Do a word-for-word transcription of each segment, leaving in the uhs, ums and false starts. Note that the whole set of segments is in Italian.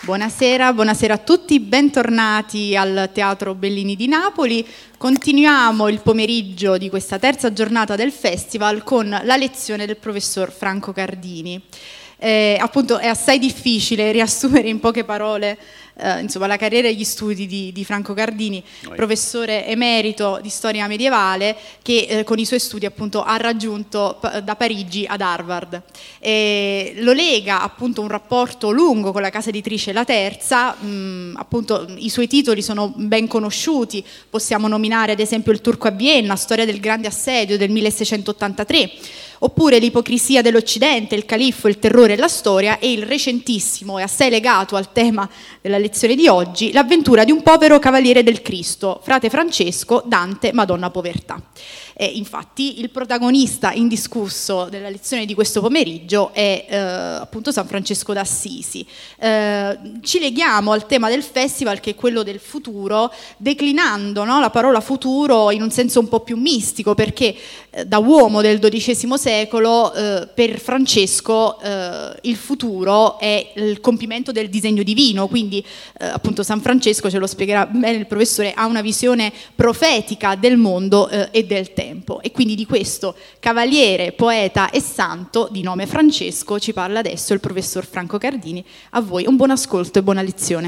Buonasera, buonasera a tutti, bentornati al Teatro Bellini di Napoli. Continuiamo il pomeriggio di questa terza giornata del festival con la lezione del professor Franco Cardini. Eh, appunto è assai difficile riassumere in poche parole eh, insomma, la carriera e gli studi di, di Franco Cardini, Noi. professore emerito di storia medievale che eh, con i suoi studi appunto ha raggiunto p- da Parigi ad Harvard. Eh, lo lega appunto un rapporto lungo con la casa editrice La Terza, mh, appunto i suoi titoli sono ben conosciuti, possiamo nominare ad esempio Il Turco a Vienna, Storia del grande assedio del milleseicentottantatré, oppure L'ipocrisia dell'Occidente, Il califfo, il terrore e la storia, e il recentissimo e assai legato al tema della lezione di oggi, L'avventura di un povero cavaliere del Cristo, frate Francesco, Dante, Madonna Povertà. E infatti il protagonista indiscusso della lezione di questo pomeriggio è eh, appunto San Francesco d'Assisi. Eh, ci leghiamo al tema del festival, che è quello del futuro, declinando, no, la parola futuro in un senso un po' più mistico, perché eh, da uomo del dodicesimo secolo eh, per Francesco eh, il futuro è il compimento del disegno divino, quindi eh, appunto San Francesco, ce lo spiegherà bene il professore, ha una visione profetica del mondo eh, e del tempo. E quindi di questo cavaliere, poeta e santo di nome Francesco ci parla adesso il professor Franco Cardini. A voi un buon ascolto e buona lezione.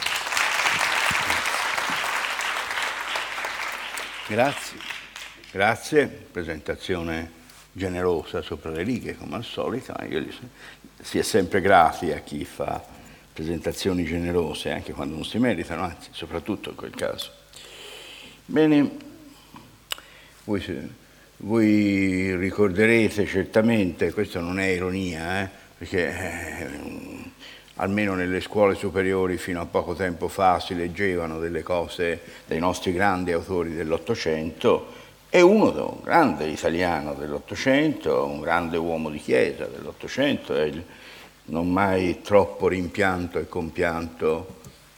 Grazie, grazie, presentazione generosa sopra le righe come al solito. Io si è sempre grati a chi fa presentazioni generose anche quando non si meritano, anzi soprattutto in quel caso. Bene. Voi, voi ricorderete certamente, questo non è ironia, eh, perché eh, almeno nelle scuole superiori fino a poco tempo fa si leggevano delle cose dei nostri grandi autori dell'Ottocento, e uno, un grande italiano dell'Ottocento, un grande uomo di chiesa dell'Ottocento, è il non mai troppo rimpianto e compianto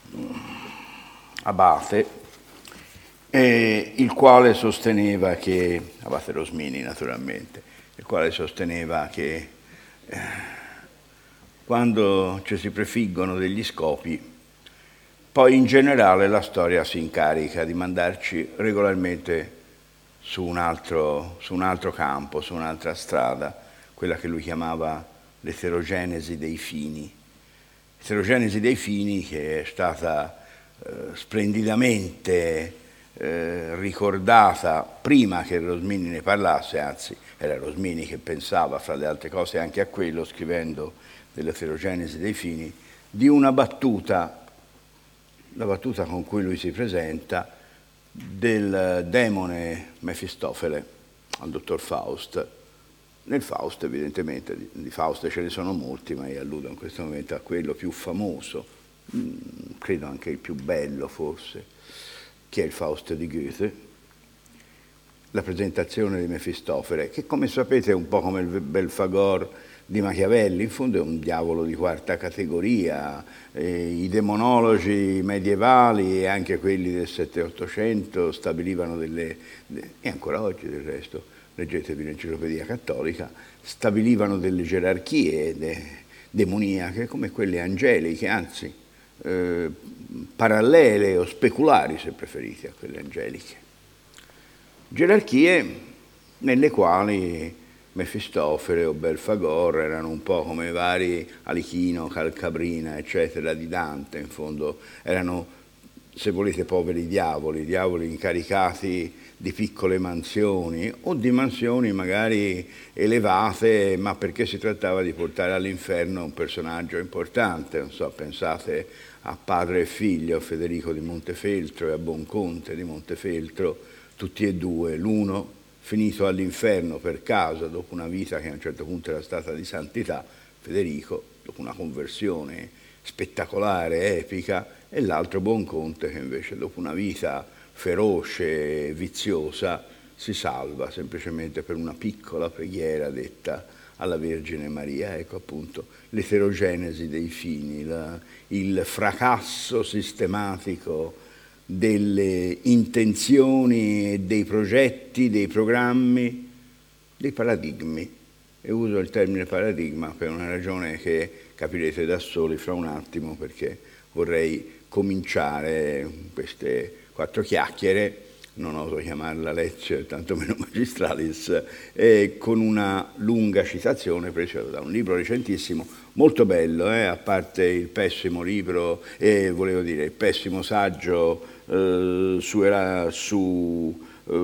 Abate, Eh, il quale sosteneva che, Abate Rosmini naturalmente, il quale sosteneva che eh, quando ci si prefiggono degli scopi, poi in generale la storia si incarica di mandarci regolarmente su un altro, su un altro campo, su un'altra strada, quella che lui chiamava l'eterogenesi dei fini. L'eterogenesi dei fini che è stata eh, splendidamente Eh, ricordata prima che Rosmini ne parlasse, anzi era Rosmini che pensava fra le altre cose anche a quello, scrivendo dell'eterogenesi dei fini, di una battuta, la battuta con cui lui si presenta, del demone Mefistofele al dottor Faust. Nel Faust evidentemente, di, di Faust ce ne sono molti, ma io alludo in questo momento a quello più famoso, mh, credo anche il più bello forse, che è il Faust di Goethe, la presentazione di Mefistofele, che come sapete è un po' come il Belfagor di Machiavelli, in fondo è un diavolo di quarta categoria. Eh, i demonologi medievali e anche quelli del sette ottocento stabilivano delle, e ancora oggi del resto, leggetevi l'Enciclopedia Cattolica, stabilivano delle gerarchie de, demoniache come quelle angeliche, anzi Eh, parallele o speculari, se preferite, a quelle angeliche. Gerarchie nelle quali Mefistofele o Belfagor erano un po' come i vari Alichino, Calcabrina, eccetera, di Dante, in fondo erano, se volete, poveri diavoli, diavoli incaricati di piccole mansioni o di mansioni magari elevate, ma perché si trattava di portare all'inferno un personaggio importante. Non so, pensate a padre e figlio, Federico di Montefeltro e a Bonconte di Montefeltro, tutti e due, l'uno finito all'inferno per caso dopo una vita che a un certo punto era stata di santità, Federico, dopo una conversione spettacolare, epica, e l'altro Bonconte che invece dopo una vita feroce e viziosa si salva semplicemente per una piccola preghiera detta alla Vergine Maria. Ecco appunto l'eterogenesi dei fini, la, il fracasso sistematico delle intenzioni, dei progetti, dei programmi, dei paradigmi. E uso il termine paradigma per una ragione che capirete da soli fra un attimo, perché vorrei cominciare queste quattro chiacchiere, non oso chiamarla lezione, tantomeno magistralis, eh, con una lunga citazione presa da un libro recentissimo, molto bello, eh, a parte il pessimo libro, eh, volevo dire, il pessimo saggio eh, su, era, su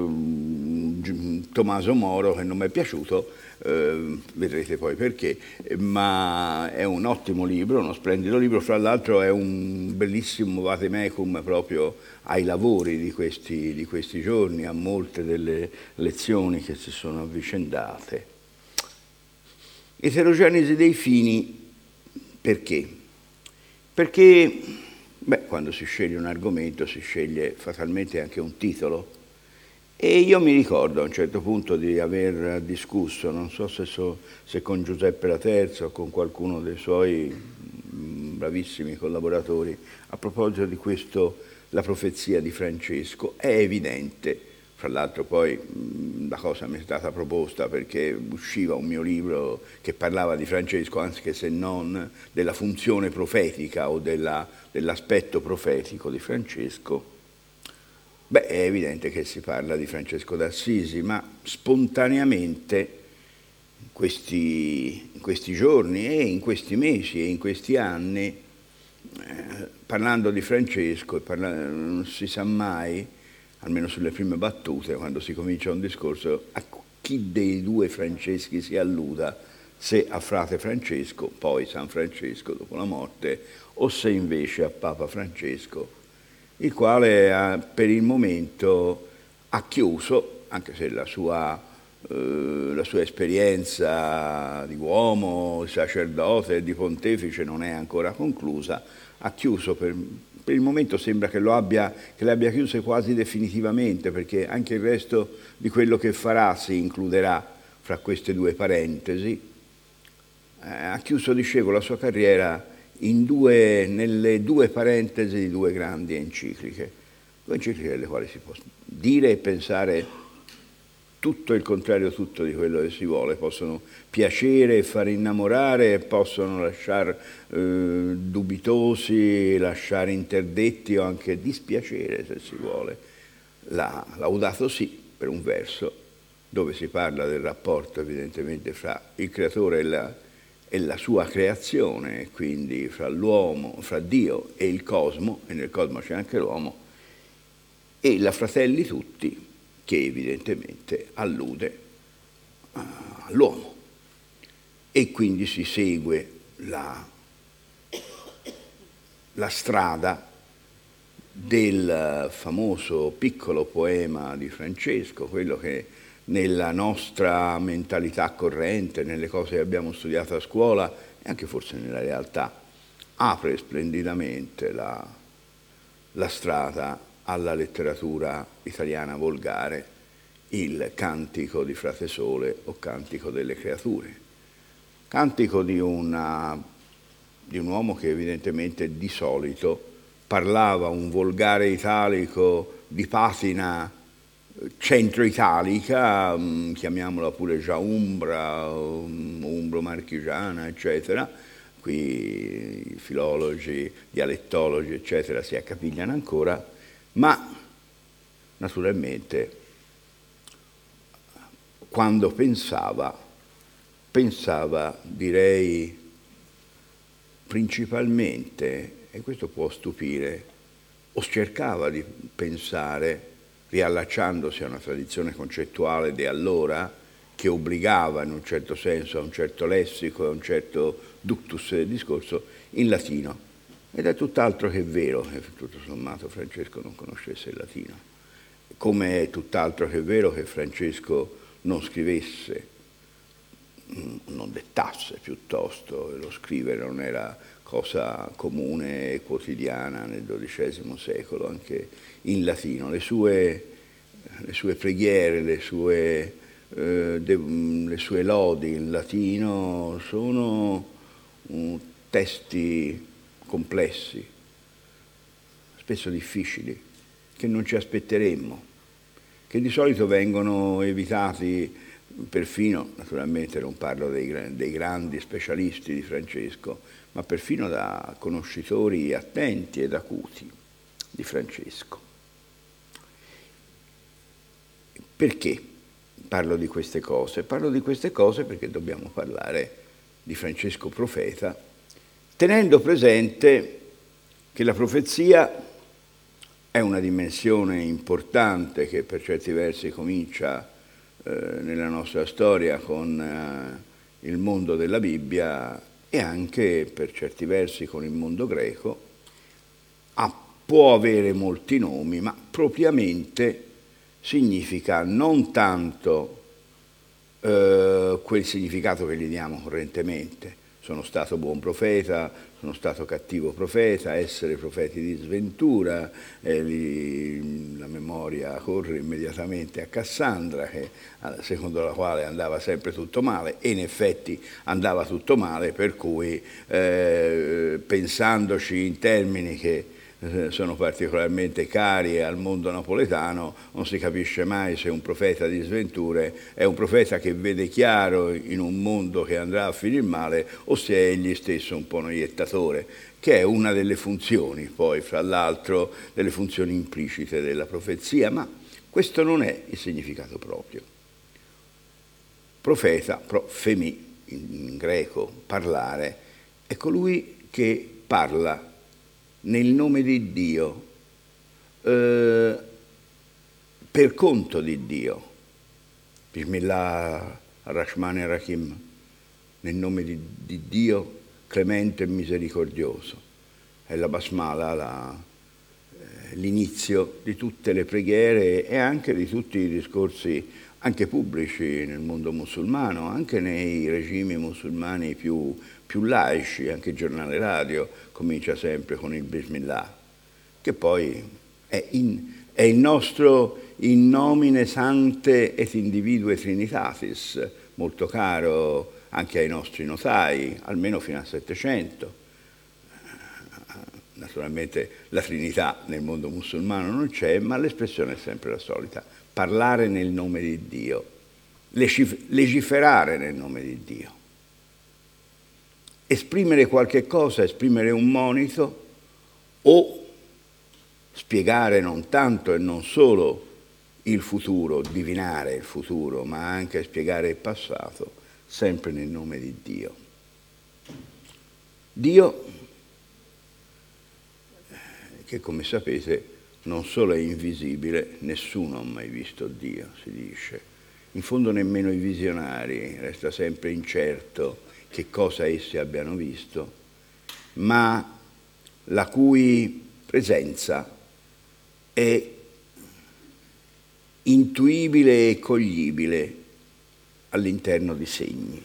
eh, Tommaso Moro, che non mi è piaciuto, eh, vedrete poi perché, ma è un ottimo libro, uno splendido libro, fra l'altro è un bellissimo vademecum proprio ai lavori di questi, di questi giorni, a molte delle lezioni che si sono avvicendate. Eterogenesi dei fini, perché? Perché beh, quando si sceglie un argomento si sceglie fatalmente anche un titolo, e io mi ricordo a un certo punto di aver discusso, non so se, so, se con Giuseppe Laterza o con qualcuno dei suoi bravissimi collaboratori, a proposito di questo, la profezia di Francesco. È evidente, fra l'altro poi mh, la cosa mi è stata proposta perché usciva un mio libro che parlava di Francesco, anche se non della funzione profetica o della, dell'aspetto profetico di Francesco. Beh, è evidente che si parla di Francesco d'Assisi, ma spontaneamente in questi, in questi giorni e in questi mesi e in questi anni, eh, parlando di Francesco, e parla, non si sa mai, almeno sulle prime battute, quando si comincia un discorso, a chi dei due Franceschi si alluda, se a frate Francesco, poi San Francesco dopo la morte, o se invece a Papa Francesco, il quale ha, per il momento ha chiuso, anche se la sua, eh, la sua esperienza di uomo, di sacerdote e di pontefice non è ancora conclusa, ha chiuso per, per il momento, sembra che, lo abbia, che le abbia chiuse quasi definitivamente, perché anche il resto di quello che farà si includerà fra queste due parentesi. Eh, ha chiuso, dicevo, la sua carriera in due, nelle due parentesi di due grandi encicliche, due encicliche delle quali si può dire e pensare tutto il contrario tutto di quello che si vuole, possono piacere e far innamorare, possono lasciare eh, dubitosi, lasciare interdetti o anche dispiacere se si vuole. La Laudato Si, per un verso, dove si parla del rapporto evidentemente fra il creatore e la e la sua creazione, quindi fra l'uomo, fra Dio e il cosmo, e nel cosmo c'è anche l'uomo, e la Fratelli Tutti, che evidentemente allude all'uomo. E quindi si segue la, la strada del famoso piccolo poema di Francesco, quello che nella nostra mentalità corrente, nelle cose che abbiamo studiato a scuola e anche forse nella realtà, apre splendidamente la, la strada alla letteratura italiana volgare, il Cantico di Frate Sole o Cantico delle Creature. Cantico di, una, di un uomo che evidentemente di solito parlava un volgare italico di patina centro-italica, chiamiamola pure già umbra, umbro-marchigiana, eccetera. Qui i filologi, dialettologi, eccetera, si accapigliano ancora, ma naturalmente quando pensava, pensava, direi, principalmente, e questo può stupire, o cercava di pensare, riallacciandosi a una tradizione concettuale di allora che obbligava in un certo senso a un certo lessico e a un certo ductus del discorso in latino. Ed è tutt'altro che vero che tutto sommato Francesco non conoscesse il latino, come è tutt'altro che vero che Francesco non scrivesse, non dettasse piuttosto, lo scrivere non era cosa comune e quotidiana nel dodicesimo secolo, anche in latino. Le sue, le sue preghiere, le sue, eh, de, le sue lodi in latino sono um, testi complessi, spesso difficili, che non ci aspetteremmo, che di solito vengono evitati perfino, naturalmente non parlo dei, dei grandi specialisti di Francesco, ma perfino da conoscitori attenti ed acuti di Francesco. Perché parlo di queste cose? Parlo di queste cose perché dobbiamo parlare di Francesco profeta, tenendo presente che la profezia è una dimensione importante che per certi versi comincia eh, nella nostra storia con eh, il mondo della Bibbia e anche per certi versi con il mondo greco. Ha, può avere molti nomi, ma propriamente significa non tanto eh, quel significato che gli diamo correntemente. Sono stato buon profeta, sono stato cattivo profeta, essere profeti di sventura, eh, li, la memoria corre immediatamente a Cassandra, che, secondo la quale andava sempre tutto male, e in effetti andava tutto male, per cui eh, pensandoci in termini che sono particolarmente cari al mondo napoletano, non si capisce mai se un profeta di sventure è un profeta che vede chiaro in un mondo che andrà a finire male o se è egli stesso un po' noiettatore, che è una delle funzioni, poi fra l'altro, delle funzioni implicite della profezia, ma questo non è il significato proprio. Profeta, profemi, in greco parlare, è colui che parla nel nome di Dio, eh, per conto di Dio. Bismillah ar-Rahman ar-Rahim, nel nome di, di Dio clemente e misericordioso. È la basmala, la, eh, l'inizio di tutte le preghiere e anche di tutti i discorsi, anche pubblici nel mondo musulmano, anche nei regimi musulmani più, più laici, anche il giornale radio comincia sempre con il Bismillah, che poi è, in, è il nostro in nomine sante et individue trinitatis, molto caro anche ai nostri notai, almeno fino al Settecento. Naturalmente la Trinità nel mondo musulmano non c'è, ma l'espressione è sempre la solita: parlare nel nome di Dio, legiferare nel nome di Dio. Esprimere qualche cosa, esprimere un monito o spiegare non tanto e non solo il futuro, divinare il futuro, ma anche spiegare il passato, sempre nel nome di Dio. Dio, che come sapete non solo è invisibile, nessuno ha mai visto Dio, si dice. In fondo nemmeno i visionari, resta sempre incerto che cosa essi abbiano visto, ma la cui presenza è intuibile e coglibile all'interno di segni.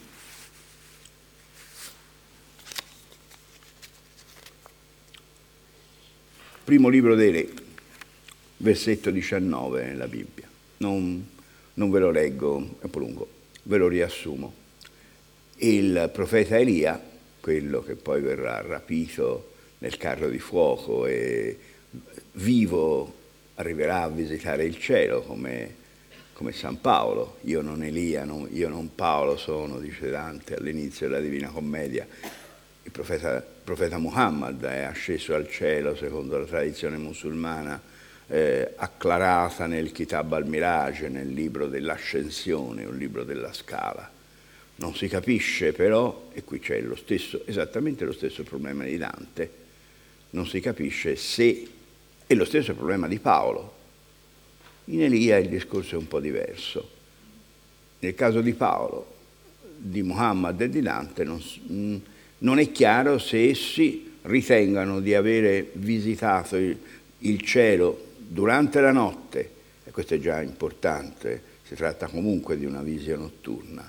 Primo libro dei Re, versetto diciannove nella Bibbia. Non, non ve lo leggo, è un po' lungo, ve lo riassumo. Il profeta Elia, quello che poi verrà rapito nel carro di fuoco e vivo arriverà a visitare il cielo come, come San Paolo. Io non Elia, non, io non Paolo sono, dice Dante all'inizio della Divina Commedia. Il profeta, il profeta Muhammad è asceso al cielo secondo la tradizione musulmana, eh, acclarata nel Kitab al-Miraj, nel libro dell'ascensione, un libro della scala. Non si capisce però, e qui c'è lo stesso, esattamente lo stesso problema di Dante, non si capisce se è lo stesso problema di Paolo. In Elia il discorso è un po' diverso. Nel caso di Paolo, di Muhammad e di Dante non, non è chiaro se essi ritengano di avere visitato il, il cielo durante la notte, e questo è già importante, si tratta comunque di una visione notturna,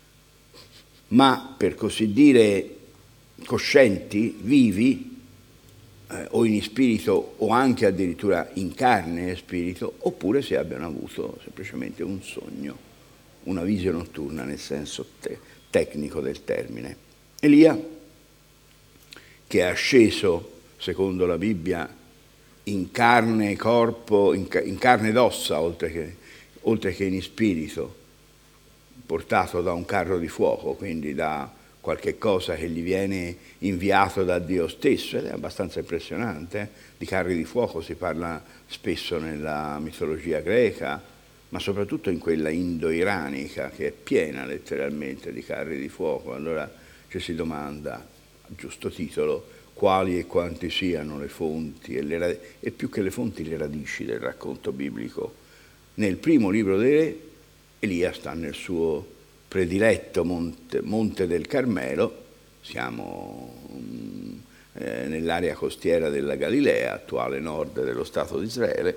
ma per così dire coscienti, vivi, eh, o in spirito o anche addirittura in carne e spirito, oppure se abbiano avuto semplicemente un sogno, una visione notturna nel senso te- tecnico del termine. Elia, che è asceso, secondo la Bibbia, in carne e corpo, in, ca- in carne ed ossa, oltre che, oltre che in spirito, portato da un carro di fuoco, quindi da qualche cosa che gli viene inviato da Dio stesso, ed è abbastanza impressionante. Eh? Di carri di fuoco si parla spesso nella mitologia greca, ma soprattutto in quella indo-iranica, che è piena letteralmente di carri di fuoco. Allora ci si domanda, a giusto titolo, quali e quanti siano le fonti e, le, e più che le fonti le radici del racconto biblico. Nel primo libro dei Re, Elia sta nel suo prediletto monte, monte del Carmelo, siamo um, eh, nell'area costiera della Galilea, attuale nord dello Stato di Israele,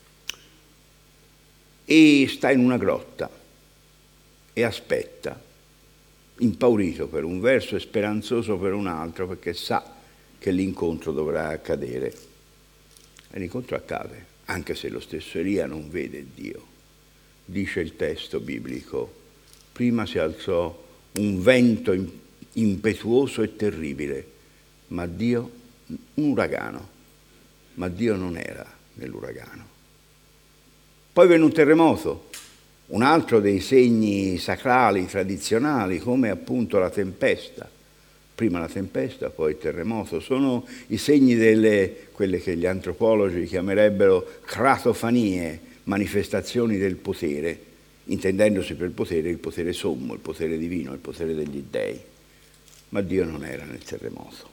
e sta in una grotta e aspetta, impaurito per un verso e speranzoso per un altro, perché sa che l'incontro dovrà accadere. E l'incontro accade, anche se lo stesso Elia non vede Dio. Dice il testo biblico: prima si alzò un vento impetuoso e terribile, ma Dio, un uragano, ma Dio non era nell'uragano. Poi venne un terremoto, un altro dei segni sacrali, tradizionali, come appunto la tempesta. Prima la tempesta, poi il terremoto. Sono i segni delle, quelle che gli antropologi chiamerebbero cratofanie, manifestazioni del potere, intendendosi per potere il potere sommo, il potere divino, il potere degli dèi. Ma Dio non era nel terremoto.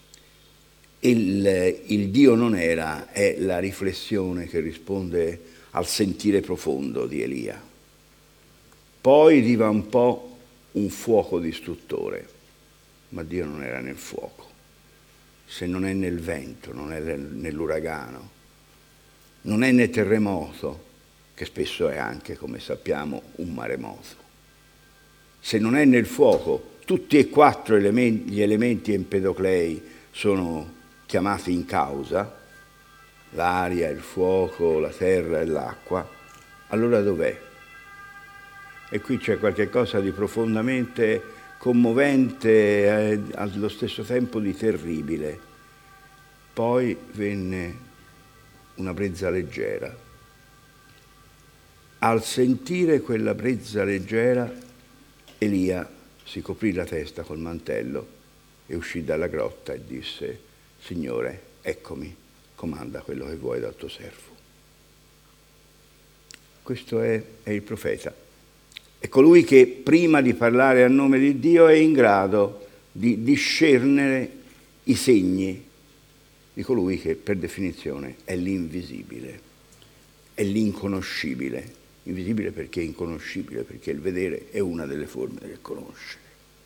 Il, il Dio non era è la riflessione che risponde al sentire profondo di Elia. Poi diva un po' un fuoco distruttore, ma Dio non era nel fuoco. Se non è nel vento, non è nell'uragano, non è nel terremoto, che spesso è anche, come sappiamo, un maremoto. Se non è nel fuoco, tutti e quattro elementi, gli elementi empedoclei sono chiamati in causa, l'aria, il fuoco, la terra e l'acqua, allora dov'è? E qui c'è qualche cosa di profondamente commovente e allo stesso tempo di terribile. Poi venne una brezza leggera. Al sentire quella brezza leggera, Elia si coprì la testa col mantello e uscì dalla grotta e disse: Signore, eccomi, comanda quello che vuoi dal tuo servo. Questo è, è il profeta. È colui che prima di parlare a nome di Dio è in grado di discernere i segni di colui che per definizione è l'invisibile, è l'inconoscibile. Invisibile perché è inconoscibile, perché il vedere è una delle forme del conoscere.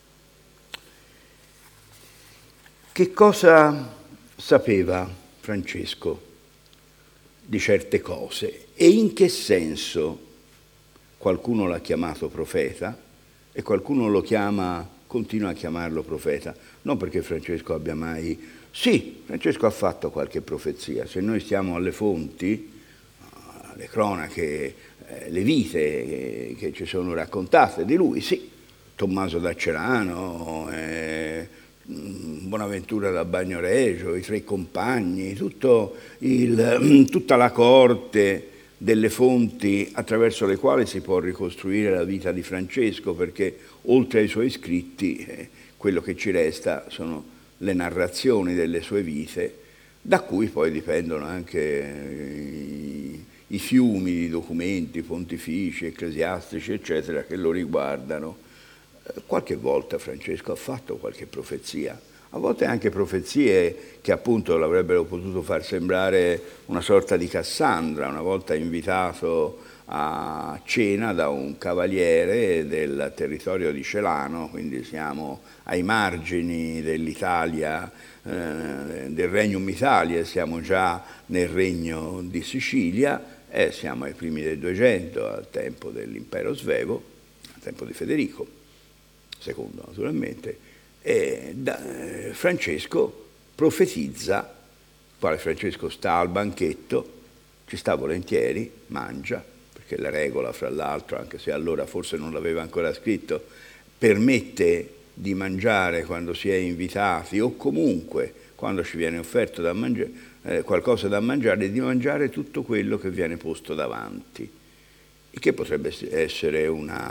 Che cosa sapeva Francesco di certe cose e in che senso qualcuno l'ha chiamato profeta e qualcuno lo chiama, continua a chiamarlo profeta, non perché Francesco abbia mai... Sì, Francesco ha fatto qualche profezia, se noi stiamo alle fonti, alle cronache, eh, le vite che, che ci sono raccontate di lui, sì, Tommaso da Celano, eh, Bonaventura da Bagnoregio, i tre compagni, tutto il, tutta la corte delle fonti attraverso le quali si può ricostruire la vita di Francesco, perché oltre ai suoi scritti eh, quello che ci resta sono le narrazioni delle sue vite, da cui poi dipendono anche i, i fiumi di documenti pontifici, ecclesiastici, eccetera, che lo riguardano. Qualche volta Francesco ha fatto qualche profezia, a volte anche profezie che appunto l'avrebbero potuto far sembrare una sorta di Cassandra. Una volta invitato a cena da un cavaliere del territorio di Celano, quindi siamo ai margini dell'Italia, eh, del Regnum Italia, siamo già nel Regno di Sicilia e siamo ai primi del duecento, al tempo dell'impero svevo, al tempo di Federico secondo naturalmente, e da, eh, Francesco profetizza, quale Francesco sta al banchetto, ci sta volentieri, mangia, perché la regola fra l'altro, anche se allora forse non l'aveva ancora scritto, permette di mangiare quando si è invitati o comunque quando ci viene offerto da mangiare, eh, qualcosa da mangiare, di mangiare tutto quello che viene posto davanti, il che potrebbe essere una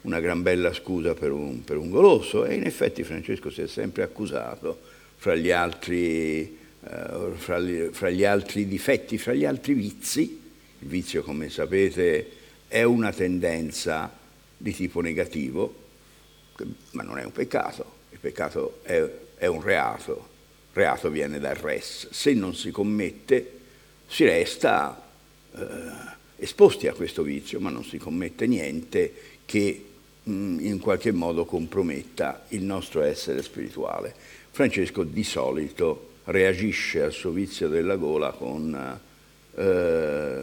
una gran bella scusa per un, per un goloso, e in effetti Francesco si è sempre accusato, fra gli altri, eh, fra gli, fra gli altri difetti, fra gli altri vizi. Il vizio, come sapete, è una tendenza di tipo negativo, ma non è un peccato. Il peccato è, è un reato. Il reato viene dal res. Se non si commette, si resta eh, esposti a questo vizio, ma non si commette niente che mh, in qualche modo comprometta il nostro essere spirituale. Francesco di solito reagisce al suo vizio della gola con eh,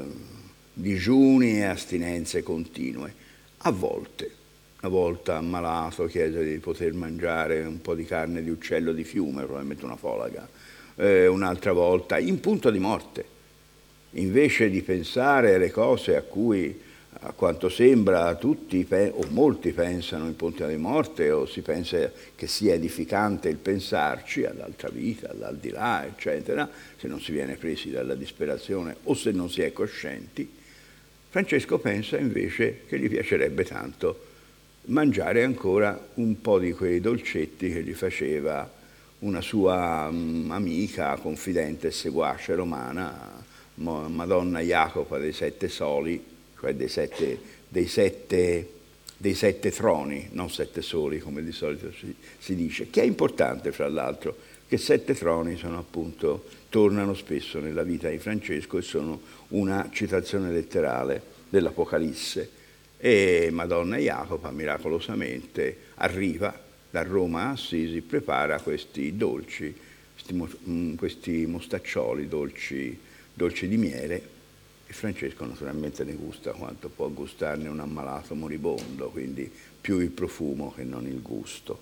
digiuni e astinenze continue. A volte, una volta ammalato, chiese di poter mangiare un po' di carne di uccello di fiume, probabilmente una folaga, eh, un'altra volta in punto di morte. Invece di pensare alle cose a cui, a quanto sembra, tutti o molti pensano in punto di morte, o si pensa che sia edificante il pensarci all'altra vita, all'aldilà, eccetera, se non si viene presi dalla disperazione o se non si è coscienti, Francesco pensa invece che gli piacerebbe tanto mangiare ancora un po' di quei dolcetti che gli faceva una sua um, amica, confidente e seguace romana, Madonna Jacopa dei Sette Soli, cioè dei sette, dei sette, dei sette troni, non sette soli come di solito si, si dice, che è importante fra l'altro, che sette troni sono appunto, tornano spesso nella vita di Francesco e sono una citazione letterale dell'Apocalisse. E Madonna Jacopa miracolosamente arriva da Roma a Assisi, prepara questi dolci, questi, questi mostaccioli dolci, dolci di miele, e Francesco naturalmente ne gusta quanto può gustarne un ammalato moribondo, quindi più il profumo che non il gusto.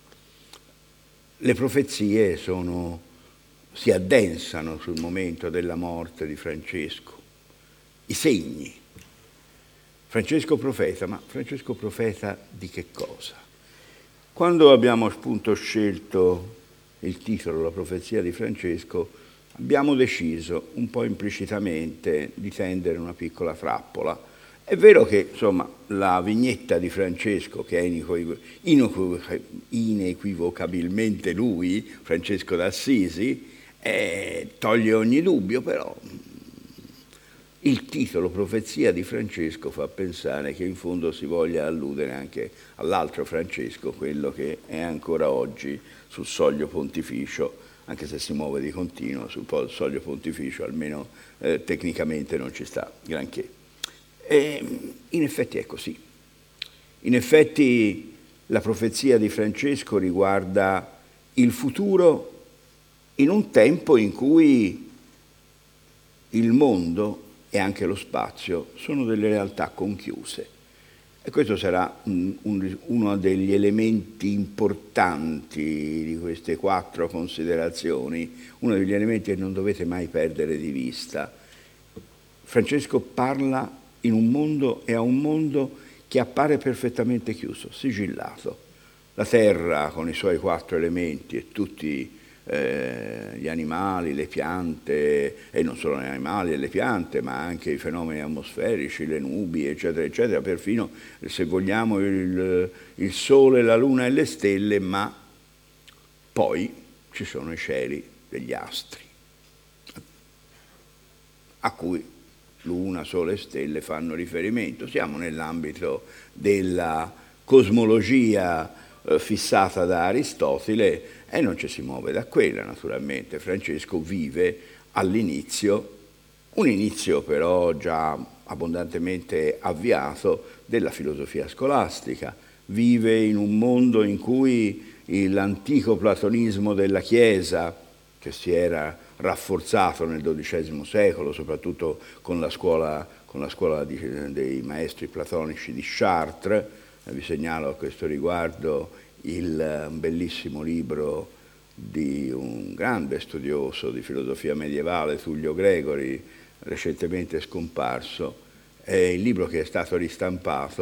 Le profezie sono, si addensano sul momento della morte di Francesco, i segni. Francesco profeta, ma Francesco profeta di che cosa? Quando abbiamo appunto scelto il titolo, la profezia di Francesco, abbiamo deciso un po' implicitamente di tendere una piccola trappola. È vero che insomma la vignetta di Francesco, che è inequivocabilmente lui, Francesco d'Assisi, eh, toglie ogni dubbio, però il titolo Profezia di Francesco fa pensare che in fondo si voglia alludere anche all'altro Francesco, quello che è ancora oggi sul soglio pontificio, anche se si muove di continuo sul soglio pontificio, almeno eh, tecnicamente non ci sta granché. E in effetti è così. In effetti la profezia di Francesco riguarda il futuro in un tempo in cui il mondo e anche lo spazio sono delle realtà conchiuse. E questo sarà un, un, uno degli elementi importanti di queste quattro considerazioni, uno degli elementi che non dovete mai perdere di vista. Francesco parla in un mondo e a un mondo che appare perfettamente chiuso, sigillato. La terra con i suoi quattro elementi e tutti eh, gli animali, le piante, e non solo gli animali e le piante, ma anche i fenomeni atmosferici, le nubi, eccetera, eccetera, perfino, se vogliamo, il, il sole, la luna e le stelle, ma poi ci sono i cieli degli astri, a cui luna, sole e stelle fanno riferimento. Siamo nell'ambito della cosmologia eh, fissata da Aristotele e non ci si muove da quella, naturalmente. Francesco vive all'inizio, un inizio però già abbondantemente avviato, della filosofia scolastica. Vive in un mondo in cui l'antico platonismo della Chiesa, che si era rafforzato nel dodicesimo secolo, soprattutto con la scuola, con la scuola di, dei maestri platonici di Chartres. Vi segnalo a questo riguardo il bellissimo libro di un grande studioso di filosofia medievale, Tullio Gregori, recentemente scomparso. È il libro che è stato ristampato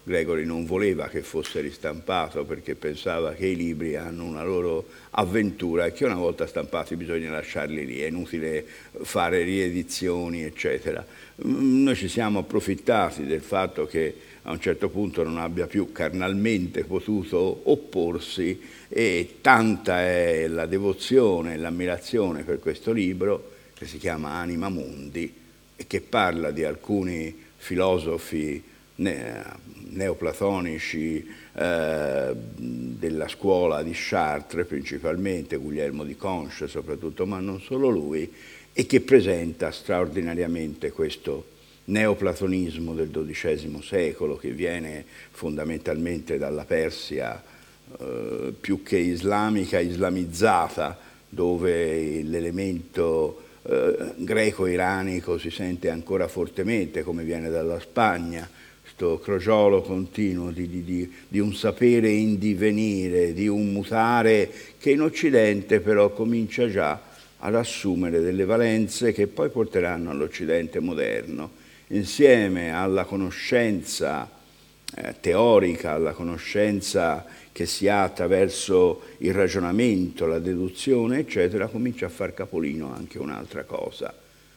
Gregory non voleva che fosse ristampato perché pensava che i libri hanno una loro avventura e che una volta stampati bisogna lasciarli lì, è inutile fare riedizioni, eccetera. Noi ci siamo approfittati del fatto che a un certo punto non abbia più carnalmente potuto opporsi, e tanta è la devozione e l'ammirazione per questo libro, che si chiama Anima Mundi, e che parla di alcuni filosofi neoplatonici eh, della scuola di Chartres, principalmente Guglielmo di Conches soprattutto, ma non solo lui, e che presenta straordinariamente questo neoplatonismo del dodicesimo secolo, che viene fondamentalmente dalla Persia eh, più che islamica, islamizzata, dove l'elemento eh, greco-iranico si sente ancora fortemente, come viene dalla Spagna, questo crogiolo continuo di, di, di un sapere in divenire, di un mutare che in Occidente però comincia già ad assumere delle valenze che poi porteranno all'Occidente moderno, insieme alla conoscenza eh, teorica, alla conoscenza che si ha attraverso il ragionamento, la deduzione, eccetera, comincia a far capolino anche un'altra cosa.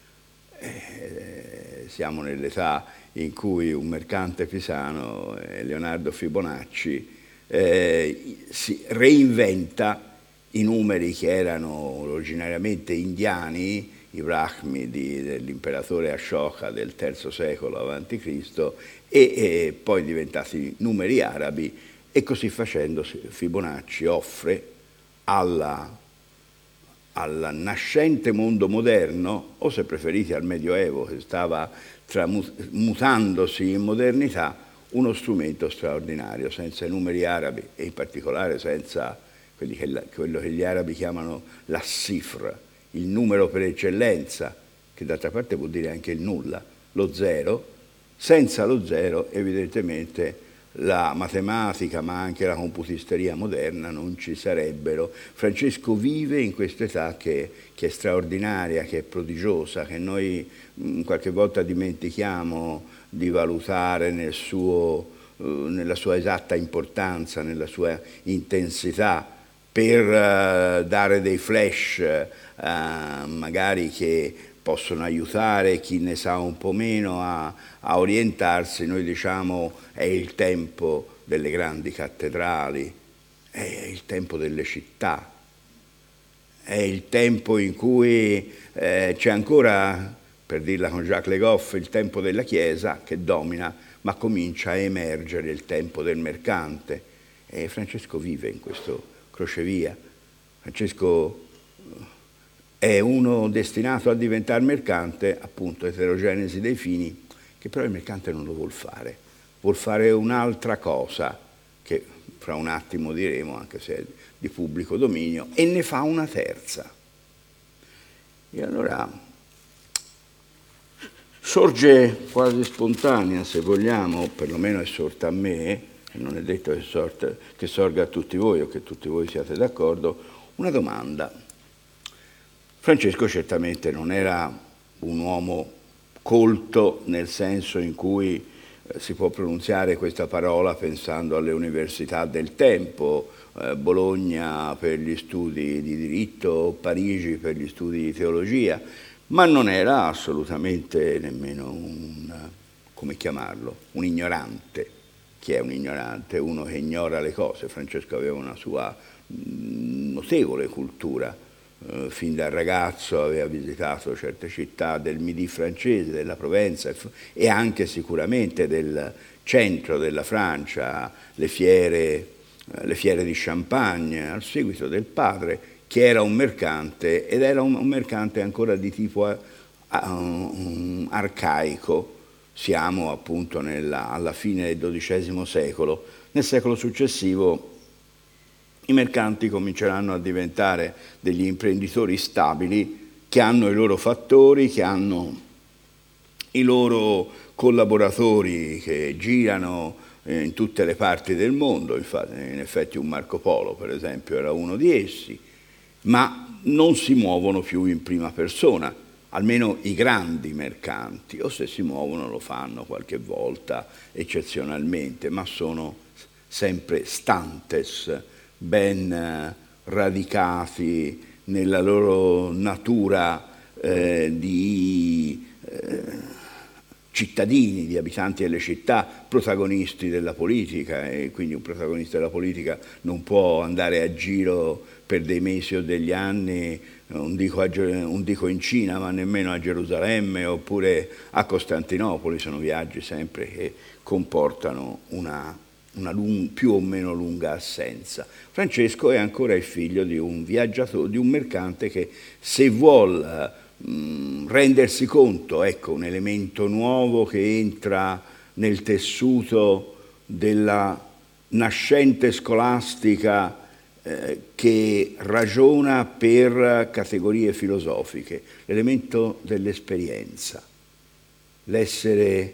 Eh, siamo nell'età in cui un mercante pisano, eh, Leonardo Fibonacci, eh, si reinventa i numeri che erano originariamente indiani, i Brahmi dell'imperatore Ashoka del terzo secolo avanti Cristo, e, e poi diventati numeri arabi, e così facendo Fibonacci offre alla, al nascente mondo moderno, o se preferite al Medioevo che stava mutandosi in modernità, uno strumento straordinario. Senza i numeri arabi, e in particolare senza quelli che, quello che gli arabi chiamano la cifra, il numero per eccellenza, che d'altra parte vuol dire anche il nulla, lo zero, senza lo zero evidentemente la matematica ma anche la computisteria moderna non ci sarebbero. Francesco vive in quest'età che, che è straordinaria, che è prodigiosa, che noi mh, qualche volta dimentichiamo di valutare nel suo, uh, nella sua esatta importanza, nella sua intensità, per uh, dare dei flash uh, magari che possono aiutare chi ne sa un po' meno a, a orientarsi. Noi diciamo è il tempo delle grandi cattedrali, è il tempo delle città, è il tempo in cui eh, c'è ancora, per dirla con Jacques Le Goff, il tempo della Chiesa che domina, ma comincia a emergere il tempo del mercante, e Francesco vive in questo crocevia. Francesco è uno destinato a diventare mercante, appunto eterogenesi dei fini, che però il mercante non lo vuol fare, vuol fare un'altra cosa, che fra un attimo diremo, anche se è di pubblico dominio, e ne fa una terza. E allora sorge quasi spontanea, se vogliamo, perlomeno è sorta a me, e non è detto che, sorta, che sorga a tutti voi o che tutti voi siate d'accordo, una domanda. Francesco certamente non era un uomo colto nel senso in cui eh, si può pronunziare questa parola pensando alle università del tempo, eh, Bologna per gli studi di diritto, Parigi per gli studi di teologia, ma non era assolutamente nemmeno un, come chiamarlo, un ignorante. Chi è un ignorante? Uno che ignora le cose. Francesco aveva una sua mh, notevole cultura. Uh, fin da ragazzo aveva visitato certe città del Midi francese, della Provenza e anche sicuramente del centro della Francia, le fiere, uh, le fiere di Champagne, al seguito del padre, che era un mercante, ed era un, un mercante ancora di tipo uh, um, arcaico. Siamo appunto nella, alla fine del dodicesimo secolo. Nel secolo successivo i mercanti cominceranno a diventare degli imprenditori stabili che hanno i loro fattori, che hanno i loro collaboratori che girano in tutte le parti del mondo. Infatti, in effetti un Marco Polo, per esempio, era uno di essi, ma non si muovono più in prima persona. almeno i grandi mercanti, o se si muovono lo fanno qualche volta eccezionalmente, ma sono sempre stantes, ben radicati nella loro natura eh, di eh, cittadini, di abitanti delle città, protagonisti della politica, e quindi un protagonista della politica non può andare a giro per dei mesi o degli anni, non dico, a, non dico in Cina, ma nemmeno a Gerusalemme oppure a Costantinopoli. Sono viaggi sempre che comportano una, una lung, più o meno lunga assenza. Francesco è ancora il figlio di un viaggiatore, di un mercante che, se vuol mh, rendersi conto, ecco, un elemento nuovo che entra nel tessuto della nascente scolastica eh, che ragiona per categorie filosofiche, l'elemento dell'esperienza, l'essere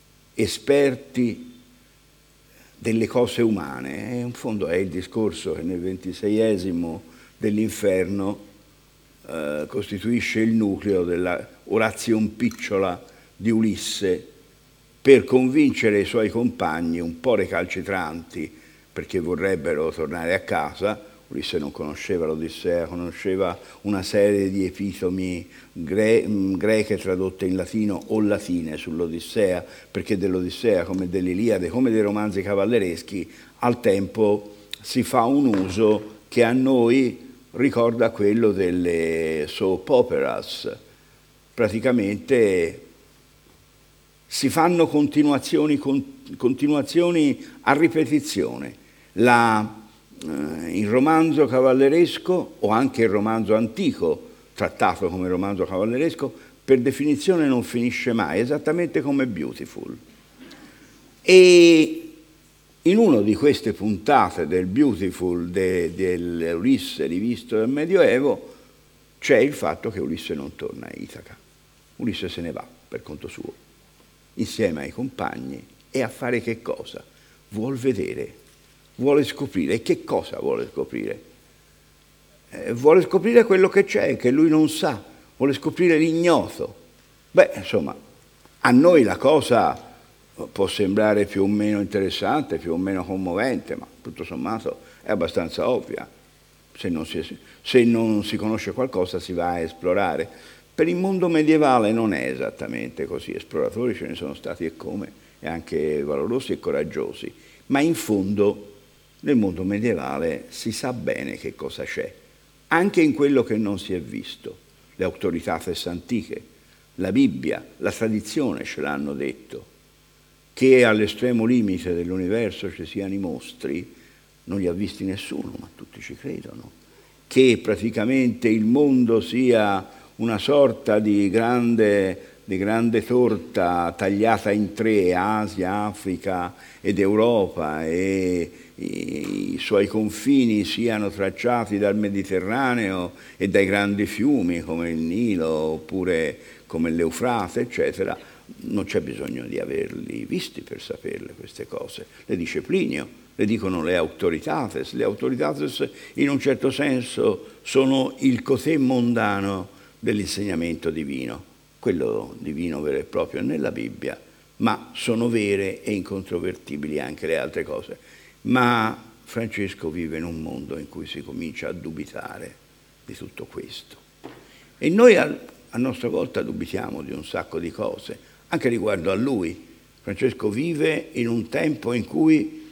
esperti delle cose umane. In fondo è il discorso che nel ventiseiesimo dell'Inferno eh, costituisce il nucleo della Oration Picciola di Ulisse, per convincere i suoi compagni, un po' recalcitranti perché vorrebbero tornare a casa. Ulisse non conosceva l'Odissea, conosceva una serie di epitomi gre greche tradotte in latino o latine sull'Odissea, perché dell'Odissea, come dell'Iliade, come dei romanzi cavallereschi, al tempo si fa un uso che a noi ricorda quello delle soap operas. Praticamente si fanno continuazioni, con, continuazioni a ripetizione. La il romanzo cavalleresco, o anche il romanzo antico trattato come romanzo cavalleresco, per definizione non finisce mai, esattamente come Beautiful. E in una di queste puntate del Beautiful de, dell'Ulisse rivisto del Medioevo c'è il fatto che Ulisse non torna a Itaca. Ulisse se ne va per conto suo, insieme ai compagni, e a fare che cosa? Vuol vedere. Vuole scoprire. E che cosa vuole scoprire? Eh, vuole scoprire quello che c'è, che lui non sa. Vuole scoprire l'ignoto. Beh, insomma, a noi la cosa può sembrare più o meno interessante, più o meno commovente, ma tutto sommato è abbastanza ovvia. Se non si, se non si conosce qualcosa si va a esplorare. Per il mondo medievale non è esattamente così. Esploratori ce ne sono stati e come, e anche valorosi e coraggiosi. Ma in fondo nel mondo medievale si sa bene che cosa c'è, anche in quello che non si è visto. Le autoritates antiche, la Bibbia, la tradizione ce l'hanno detto. Che all'estremo limite dell'universo ci siano i mostri, non li ha visti nessuno, ma tutti ci credono. Che praticamente il mondo sia una sorta di grande, di grande torta tagliata in tre, Asia, Africa ed Europa, e i suoi confini siano tracciati dal Mediterraneo e dai grandi fiumi come il Nilo oppure come l'Eufrate, eccetera. Non c'è bisogno di averli visti per saperle queste cose. Le dice Plinio, le dicono le autoritates. Le autoritates in un certo senso sono il cotè mondano dell'insegnamento divino, quello divino vero e proprio nella Bibbia, ma sono vere e incontrovertibili anche le altre cose. Ma Francesco vive in un mondo in cui si comincia a dubitare di tutto questo. E noi a, a nostra volta dubitiamo di un sacco di cose, anche riguardo a lui. Francesco vive in un tempo in cui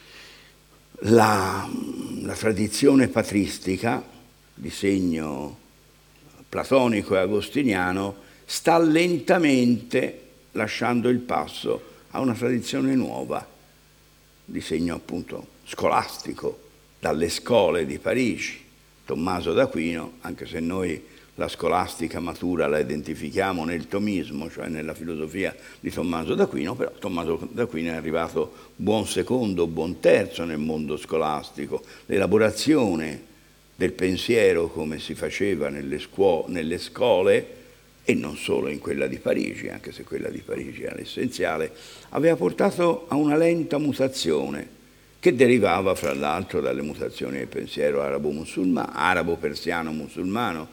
la, la tradizione patristica, di segno platonico e agostiniano, sta lentamente lasciando il passo a una tradizione nuova, di segno appunto scolastico, dalle scole di Parigi. Tommaso d'Aquino, anche se noi la scolastica matura la identifichiamo nel tomismo, cioè nella filosofia di Tommaso d'Aquino, però Tommaso d'Aquino è arrivato buon secondo, buon terzo nel mondo scolastico. L'elaborazione del pensiero, come si faceva nelle, nelle scole, e non solo in quella di Parigi, anche se quella di Parigi era l'essenziale, aveva portato a una lenta mutazione che derivava fra l'altro dalle mutazioni del pensiero arabo-musulmano, arabo-persiano-musulmano,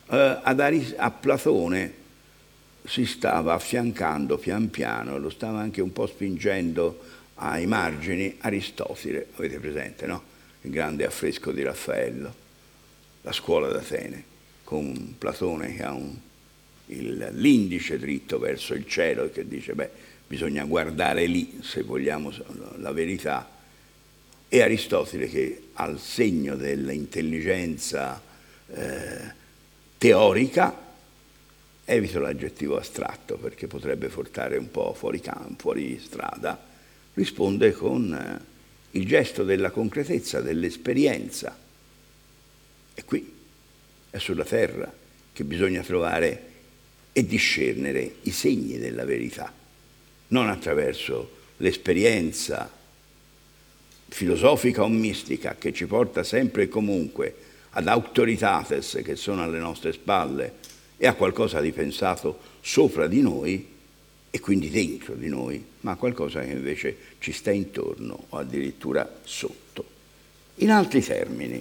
eh, ad Aris- a Platone si stava affiancando pian piano, lo stava anche un po' spingendo ai margini Aristotele, avete presente, no? Il grande affresco di Raffaello, la scuola d'Atene, con Platone che ha un, il, l'indice dritto verso il cielo e che dice, beh, bisogna guardare lì se vogliamo la verità, e Aristotele che al segno dell'intelligenza eh, teorica, evito l'aggettivo astratto perché potrebbe portare un po' fuori campo, fuori strada, risponde con eh, il gesto della concretezza, dell'esperienza. E qui è sulla terra che bisogna trovare e discernere i segni della verità, non attraverso l'esperienza filosofica o mistica che ci porta sempre e comunque ad autoritates che sono alle nostre spalle e a qualcosa di pensato sopra di noi e quindi dentro di noi, ma a qualcosa che invece ci sta intorno o addirittura sotto. In altri termini,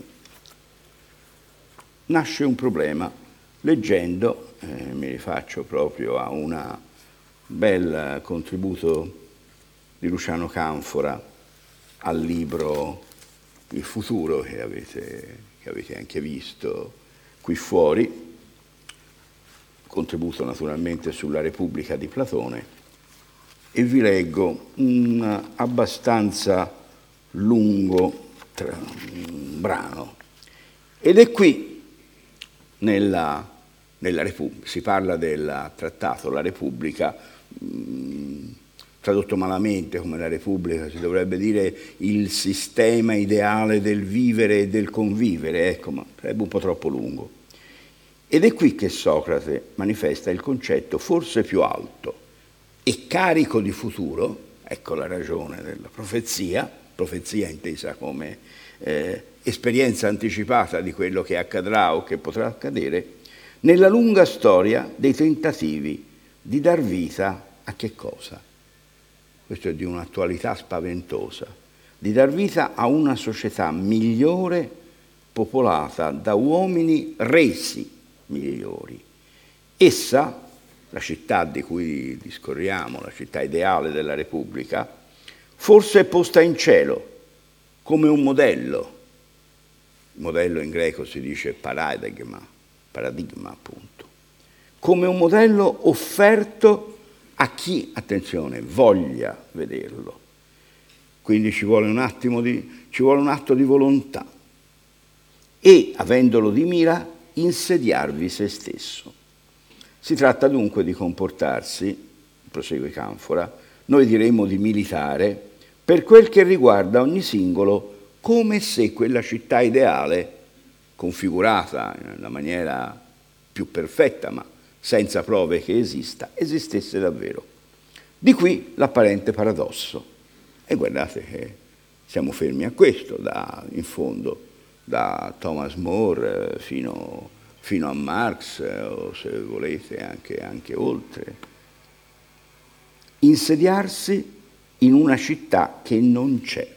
nasce un problema leggendo, eh, mi rifaccio proprio a un bel contributo di Luciano Canfora al libro Il futuro che avete, che avete anche visto qui fuori, contributo naturalmente sulla Repubblica di Platone, e vi leggo un abbastanza lungo tra, un brano. Ed è qui, nella, nella Repubblica, si parla del trattato La Repubblica, mh, tradotto malamente come la Repubblica, si dovrebbe dire il sistema ideale del vivere e del convivere, ecco, ma sarebbe un po' troppo lungo. Ed è qui che Socrate manifesta il concetto forse più alto e carico di futuro, ecco la ragione della profezia, profezia intesa come eh, esperienza anticipata di quello che accadrà o che potrà accadere, nella lunga storia dei tentativi di dar vita a che cosa? Questo è di un'attualità spaventosa, di dar vita a una società migliore popolata da uomini resi migliori. Essa, la città di cui discorriamo, la città ideale della Repubblica, forse è posta in cielo come un modello. Il modello in greco si dice paradigma, paradigma appunto, come un modello offerto a chi, attenzione, voglia vederlo. Quindi ci vuole un attimo di, ci vuole un atto di volontà e, avendolo di mira, insediarvi se stesso. Si tratta dunque di comportarsi, prosegue Canfora, noi diremmo di militare, per quel che riguarda ogni singolo, come se quella città ideale, configurata nella maniera più perfetta, ma senza prove che esista, esistesse davvero. Di qui l'apparente paradosso. E guardate che siamo fermi a questo, da, in fondo, da Thomas More fino, fino a Marx, o se volete anche, anche oltre. Insediarsi in una città che non c'è,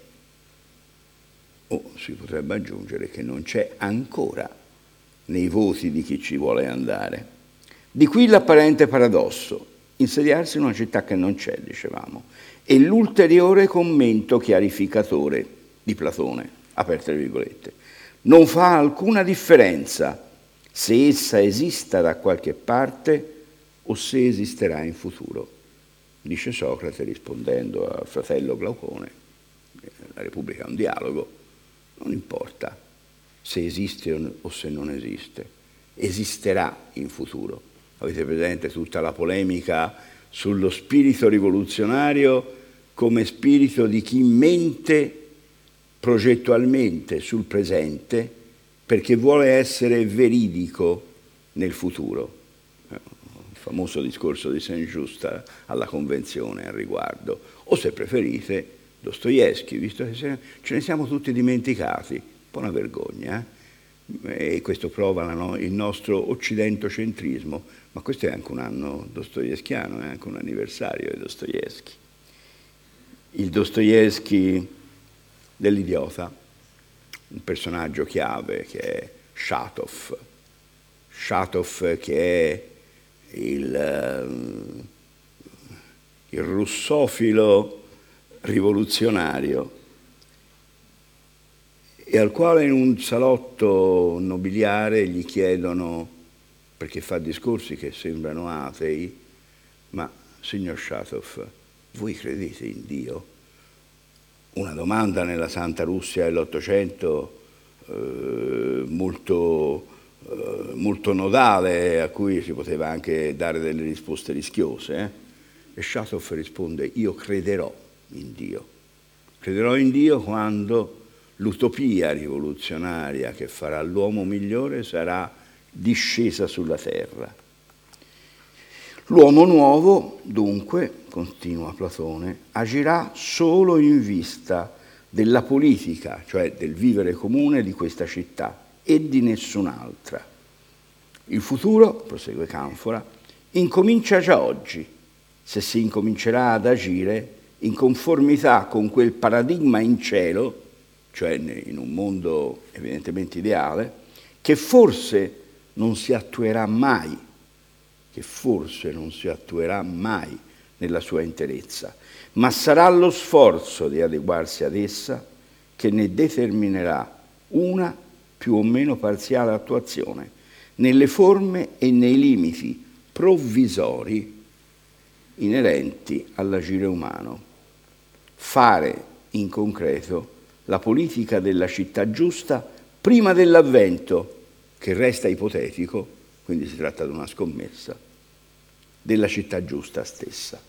o si potrebbe aggiungere che non c'è ancora nei voti di chi ci vuole andare. Di qui l'apparente paradosso, insediarsi in una città che non c'è, dicevamo, e l'ulteriore commento chiarificatore di Platone, aperte le virgolette. Non fa alcuna differenza se essa esista da qualche parte o se esisterà in futuro, dice Socrate rispondendo al fratello Glaucone. La Repubblica è un dialogo, non importa se esiste o se non esiste, esisterà in futuro. Avete presente tutta la polemica sullo spirito rivoluzionario come spirito di chi mente progettualmente sul presente perché vuole essere veridico nel futuro. Il famoso discorso di Saint-Just alla Convenzione al riguardo. O se preferite Dostoevskij, visto che ce ne siamo tutti dimenticati, un po' una vergogna, eh? E questo prova la no, il nostro occidentocentrismo, ma questo è anche un anno dostoevskiano, è anche un anniversario di Dostoevskij. Il Dostoevskij dell'idiota, un personaggio chiave che è Shatov, Shatov, che è il, il russofilo rivoluzionario, e al quale in un salotto nobiliare gli chiedono, perché fa discorsi che sembrano atei, ma signor Shatov, voi credete in Dio? Una domanda nella Santa Russia dell'Ottocento eh, molto, eh, molto nodale, a cui si poteva anche dare delle risposte rischiose. Eh? E Shatov risponde: io crederò in Dio. Crederò in Dio quando l'utopia rivoluzionaria che farà l'uomo migliore sarà discesa sulla terra. L'uomo nuovo, dunque, continua Platone, agirà solo in vista della politica, cioè del vivere comune di questa città e di nessun'altra. Il futuro, prosegue Canfora, incomincia già oggi, se si incomincerà ad agire in conformità con quel paradigma in cielo, cioè in un mondo evidentemente ideale, che forse non si attuerà mai, che forse non si attuerà mai nella sua interezza, ma sarà lo sforzo di adeguarsi ad essa che ne determinerà una più o meno parziale attuazione, nelle forme e nei limiti provvisori inerenti all'agire umano. Fare in concreto la politica della città giusta prima dell'avvento, che resta ipotetico, quindi si tratta di una scommessa, della città giusta stessa.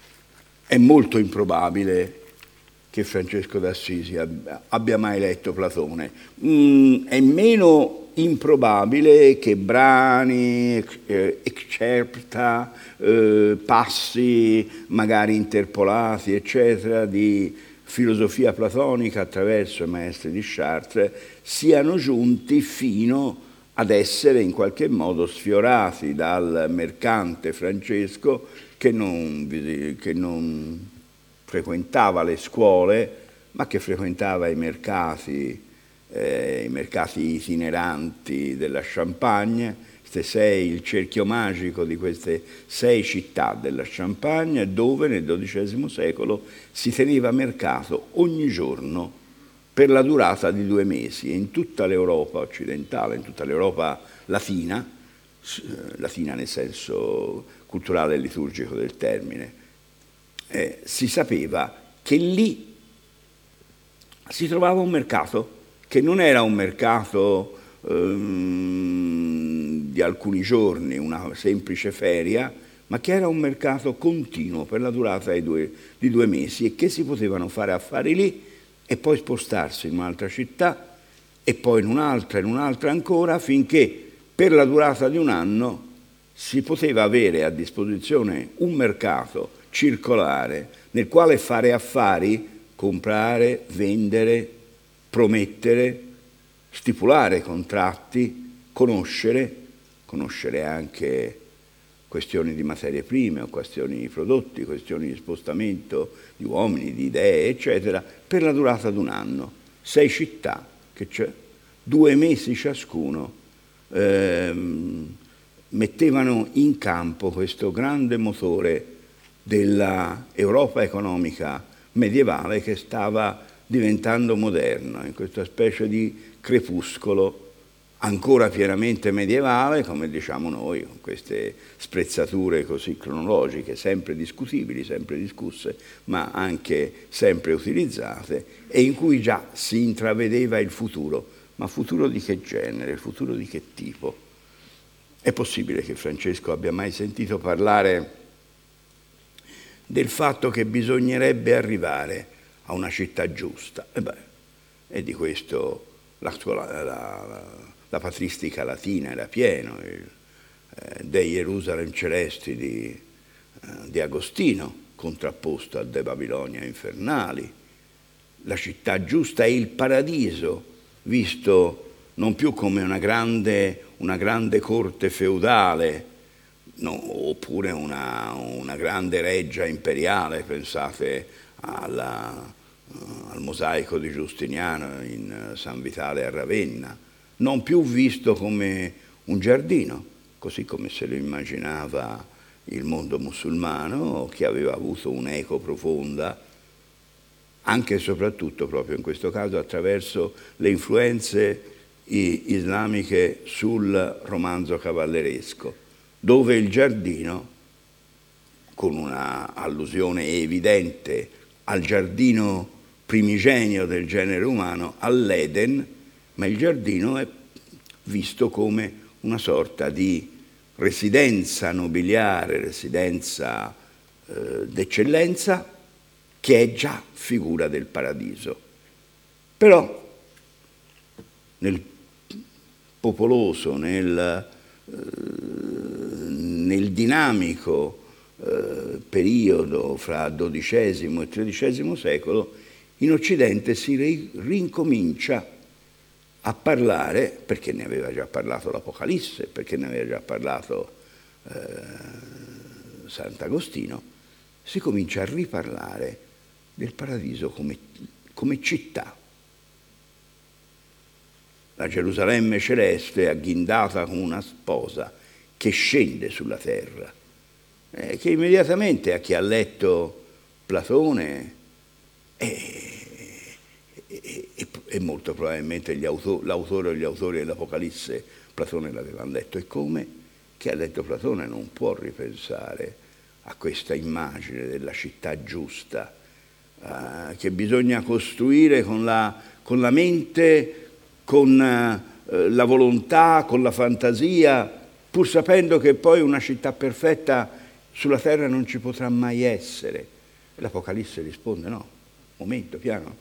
È molto improbabile che Francesco d'Assisi abbia mai letto Platone. Mm, è meno improbabile che brani, eh, excerpta, eh, passi magari interpolati, eccetera, di filosofia platonica attraverso i maestri di Chartres siano giunti fino ad essere in qualche modo sfiorati dal mercante Francesco che non, che non frequentava le scuole, ma che frequentava i mercati, eh, i mercati itineranti della Champagne, sei, il cerchio magico di queste sei città della Champagne, dove nel dodicesimo secolo si teneva mercato ogni giorno per la durata di due mesi, e in tutta l'Europa occidentale, in tutta l'Europa latina, latina nel senso culturale e liturgico del termine, eh, si sapeva che lì si trovava un mercato che non era un mercato ehm, di alcuni giorni, una semplice feria, ma che era un mercato continuo per la durata di due, di due mesi, e che si potevano fare affari lì e poi spostarsi in un'altra città e poi in un'altra, in un'altra ancora, finché per la durata di un anno si poteva avere a disposizione un mercato circolare nel quale fare affari, comprare, vendere, promettere, stipulare contratti, conoscere, conoscere anche questioni di materie prime o questioni di prodotti, questioni di spostamento di uomini, di idee, eccetera, per la durata di un anno. Sei città, che c'è, due mesi ciascuno, ehm, mettevano in campo questo grande motore della Europa economica medievale che stava diventando moderno, in questa specie di crepuscolo ancora pienamente medievale, come diciamo noi, con queste sprezzature così cronologiche, sempre discutibili, sempre discusse, ma anche sempre utilizzate, e in cui già si intravedeva il futuro. Ma futuro di che genere? Futuro di che tipo? È possibile che Francesco abbia mai sentito parlare del fatto che bisognerebbe arrivare a una città giusta? E beh, e di questo la, la, la La patristica latina era pieno, il eh, De Jerusalem Celesti di, eh, di Agostino, contrapposto a De Babilonia Infernali. La città giusta è il paradiso, visto non più come una grande, una grande corte feudale, no, oppure una, una grande reggia imperiale, pensate alla, uh, al mosaico di Giustiniano in San Vitale a Ravenna, non più visto come un giardino, così come se lo immaginava il mondo musulmano, che aveva avuto un'eco profonda, anche e soprattutto proprio in questo caso attraverso le influenze islamiche sul romanzo cavalleresco, dove il giardino, con una allusione evidente al giardino primigenio del genere umano, all'Eden, ma il giardino è visto come una sorta di residenza nobiliare, residenza eh, d'eccellenza, che è già figura del paradiso. Però nel popoloso, nel, eh, nel dinamico eh, periodo fra dodicesimo e tredicesimo secolo, in Occidente si ri- rincomincia a parlare, perché ne aveva già parlato l'Apocalisse, perché ne aveva già parlato eh, Sant'Agostino, si comincia a riparlare del paradiso come, come città. La Gerusalemme celeste agghindata come una sposa che scende sulla terra, eh, che immediatamente a chi ha letto Platone è E, e, e molto probabilmente gli autor, l'autore o gli autori dell'Apocalisse Platone l'avevano letto, e come chi ha letto Platone non può ripensare a questa immagine della città giusta eh, che bisogna costruire con la, con la mente, con eh, la volontà, con la fantasia, pur sapendo che poi una città perfetta sulla terra non ci potrà mai essere. E l'Apocalisse risponde: no, momento, piano.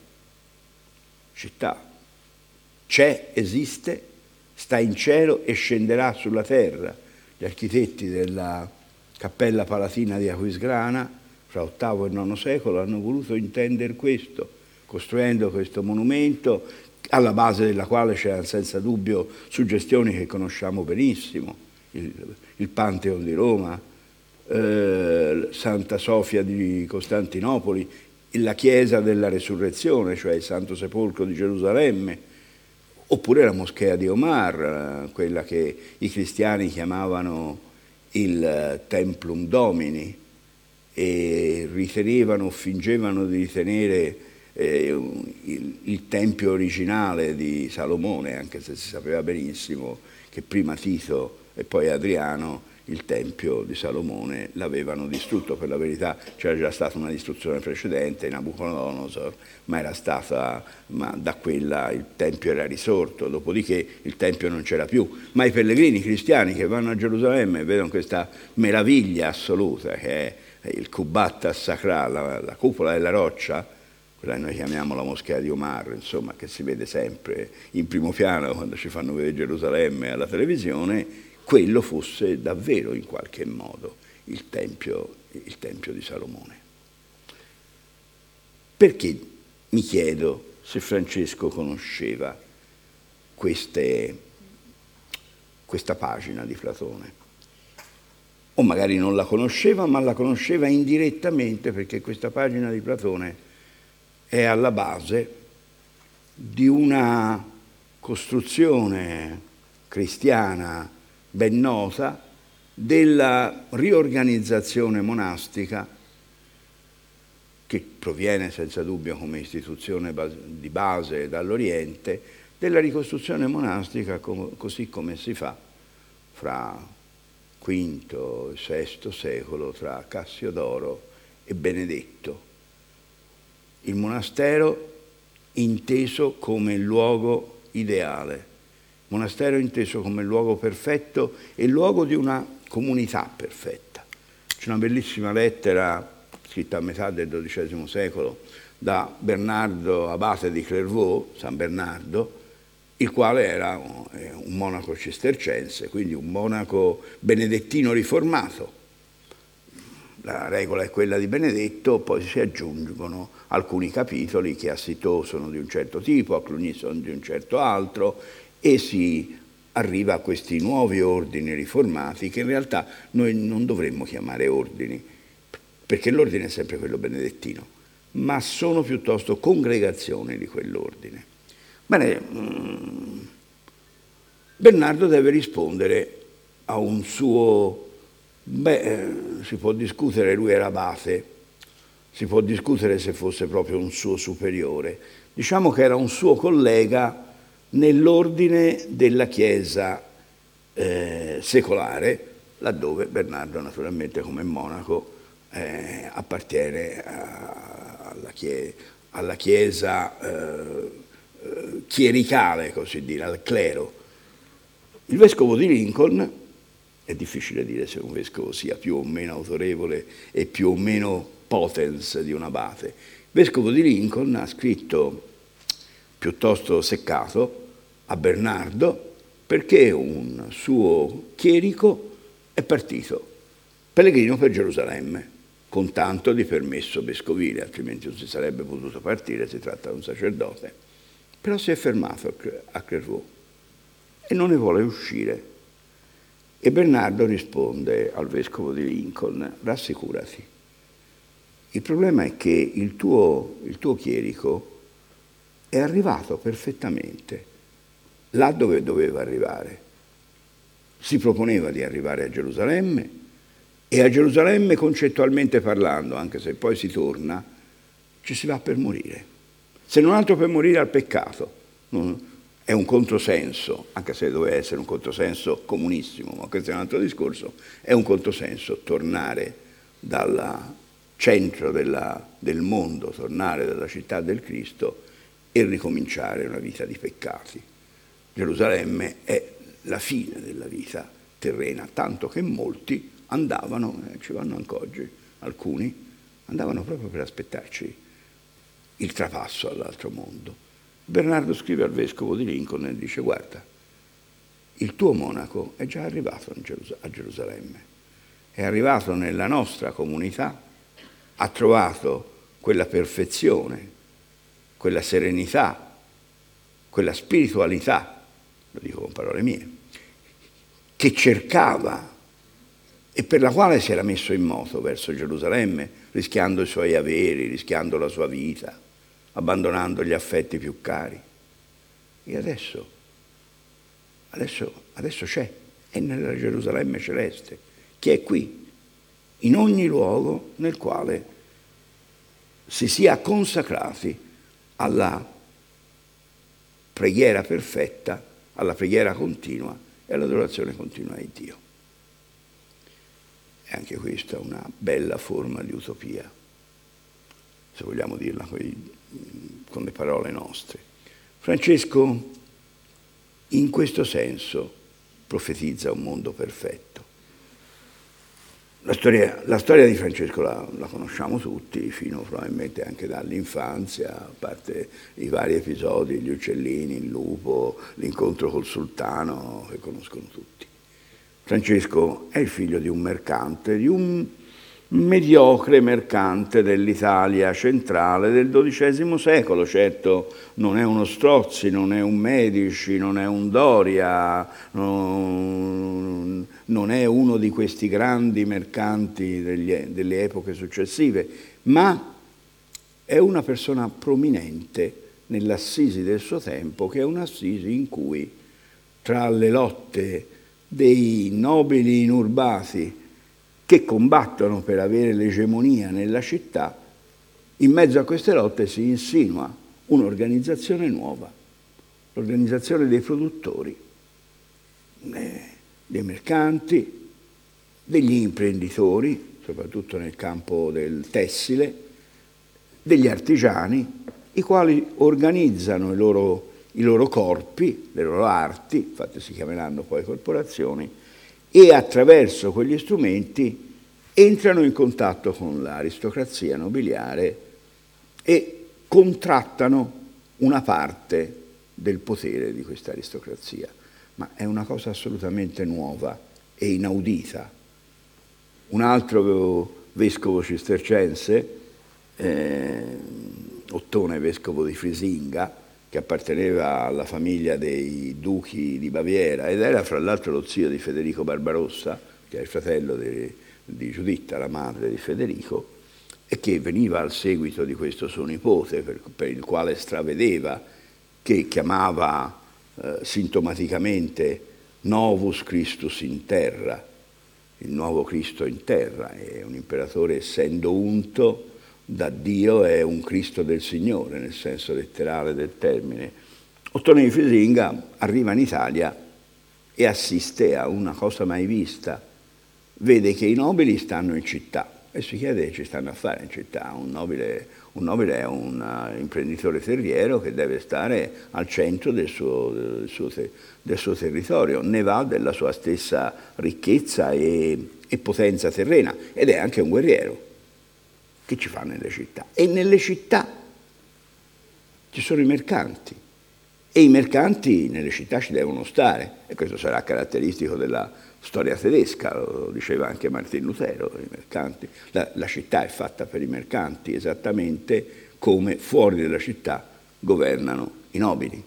Città c'è, esiste, sta in cielo e scenderà sulla terra. Gli architetti della Cappella Palatina di Aquisgrana, fra ottavo e nono secolo, hanno voluto intendere questo, costruendo questo monumento alla base della quale c'erano senza dubbio suggestioni che conosciamo benissimo, il, il Pantheon di Roma, eh, Santa Sofia di Costantinopoli, la chiesa della Resurrezione, cioè il Santo Sepolcro di Gerusalemme, oppure la moschea di Omar, quella che i cristiani chiamavano il Templum Domini e ritenevano, fingevano di ritenere eh, il, il tempio originale di Salomone, anche se si sapeva benissimo che prima Tito e poi Adriano il Tempio di Salomone l'avevano distrutto. Per la verità c'era già stata una distruzione precedente, Nabucodonosor, ma era stata, ma da quella il Tempio era risorto, dopodiché il Tempio non c'era più. Ma i pellegrini cristiani che vanno a Gerusalemme e vedono questa meraviglia assoluta che è il Kubat as-Sakra, la, la cupola della roccia, quella che noi chiamiamo la moschea di Omar, insomma, che si vede sempre in primo piano quando ci fanno vedere Gerusalemme alla televisione, quello fosse davvero in qualche modo il tempio, il tempio di Salomone. Perché mi chiedo se Francesco conosceva queste, questa pagina di Platone? O magari non la conosceva, ma la conosceva indirettamente, perché questa pagina di Platone è alla base di una costruzione cristiana ben nota della riorganizzazione monastica, che proviene senza dubbio come istituzione di base dall'Oriente, della ricostruzione monastica così come si fa fra quinto e sesto secolo tra Cassiodoro e Benedetto. Il monastero inteso come il luogo ideale, monastero inteso come il luogo perfetto e il luogo di una comunità perfetta. C'è una bellissima lettera scritta a metà del dodicesimo secolo da Bernardo Abate di Clairvaux, San Bernardo, il quale era un monaco cistercense, quindi un monaco benedettino riformato. La regola è quella di Benedetto, poi si aggiungono alcuni capitoli che a Citeaux sono di un certo tipo, a Cluny sono di un certo altro, e si arriva a questi nuovi ordini riformati che in realtà noi non dovremmo chiamare ordini, perché l'ordine è sempre quello benedettino, ma sono piuttosto congregazioni di quell'ordine. Bene, Bernardo deve rispondere a un suo, beh, eh, si può discutere, lui era abate, si può discutere se fosse proprio un suo superiore, diciamo che era un suo collega nell'ordine della Chiesa eh, secolare, laddove Bernardo naturalmente come monaco eh, appartiene a, alla, chie, alla Chiesa eh, eh, chiericale, così dire, al clero. Il vescovo di Lincoln, è difficile dire se un vescovo sia più o meno autorevole e più o meno potens di un abate, il vescovo di Lincoln ha scritto piuttosto seccato a Bernardo perché un suo chierico è partito pellegrino per Gerusalemme con tanto di permesso vescovile, altrimenti non si sarebbe potuto partire, si tratta di un sacerdote, però si è fermato a Clairvaux e non ne vuole uscire. E Bernardo risponde al vescovo di Lincoln: rassicurati, il problema è che il tuo, il tuo chierico è arrivato perfettamente là dove doveva arrivare. Si proponeva di arrivare a Gerusalemme e a Gerusalemme, concettualmente parlando, anche se poi si torna, ci si va per morire. Se non altro per morire al peccato. Non, è un controsenso, anche se doveva essere un controsenso comunissimo, ma questo è un altro discorso, è un controsenso tornare dal centro della, del mondo, tornare dalla città del Cristo e ricominciare una vita di peccati. Gerusalemme è la fine della vita terrena, tanto che molti andavano, eh, ci vanno anche oggi, alcuni, andavano proprio per aspettarci il trapasso all'altro mondo. Bernardo scrive al vescovo di Lincoln e dice: guarda, il tuo monaco è già arrivato a Gerusalemme, è arrivato nella nostra comunità, ha trovato quella perfezione, quella serenità, quella spiritualità, lo dico con parole mie, che cercava e per la quale si era messo in moto verso Gerusalemme, rischiando i suoi averi, rischiando la sua vita, abbandonando gli affetti più cari. E adesso, adesso, adesso c'è, è nella Gerusalemme celeste, che è qui, in ogni luogo nel quale si sia consacrati alla preghiera perfetta, alla preghiera continua e all'adorazione continua di Dio. E anche questa è una bella forma di utopia, se vogliamo dirla con le parole nostre. Francesco in questo senso profetizza un mondo perfetto. La storia, la storia di Francesco la, la conosciamo tutti, fino probabilmente anche dall'infanzia, a parte i vari episodi, gli uccellini, il lupo, l'incontro col sultano, che conoscono tutti. Francesco è il figlio di un mercante, di un mediocre mercante dell'Italia centrale del dodicesimo secolo. Certo, non è uno Strozzi, non è un Medici, non è un Doria, non, non è uno di questi grandi mercanti degli, delle epoche successive, ma è una persona prominente nell'Assisi del suo tempo, che è un'Assisi in cui, tra le lotte dei nobili inurbati che combattono per avere l'egemonia nella città, in mezzo a queste lotte si insinua un'organizzazione nuova, l'organizzazione dei produttori, dei mercanti, degli imprenditori, soprattutto nel campo del tessile, degli artigiani, i quali organizzano i loro, i loro corpi, le loro arti, infatti si chiameranno poi corporazioni, e attraverso quegli strumenti entrano in contatto con l'aristocrazia nobiliare e contrattano una parte del potere di questa aristocrazia. Ma è una cosa assolutamente nuova e inaudita. Un altro vescovo cistercense, eh, Ottone, vescovo di Frisinga, che apparteneva alla famiglia dei duchi di Baviera ed era fra l'altro lo zio di Federico Barbarossa, che è il fratello di, di Giuditta, la madre di Federico, e che veniva al seguito di questo suo nipote, per, per il quale stravedeva, che chiamava eh, sintomaticamente Novus Christus in terra, il nuovo Cristo in terra, è un imperatore essendo unto da Dio, è un Cristo del Signore, nel senso letterale del termine. Ottone di Frisinga arriva in Italia e assiste a una cosa mai vista. Vede che i nobili stanno in città e si chiede che ci stanno a fare in città. Un nobile, un nobile è un uh, imprenditore terriero che deve stare al centro del suo, del, suo te, del suo territorio, ne va della sua stessa ricchezza e, e potenza terrena, ed è anche un guerriero. Che ci fa nelle città? E nelle città ci sono i mercanti, e i mercanti nelle città ci devono stare, e questo sarà caratteristico della storia tedesca, lo diceva anche Martin Lutero, i mercanti. La, la città è fatta per i mercanti, esattamente come fuori dalla città governano i nobili.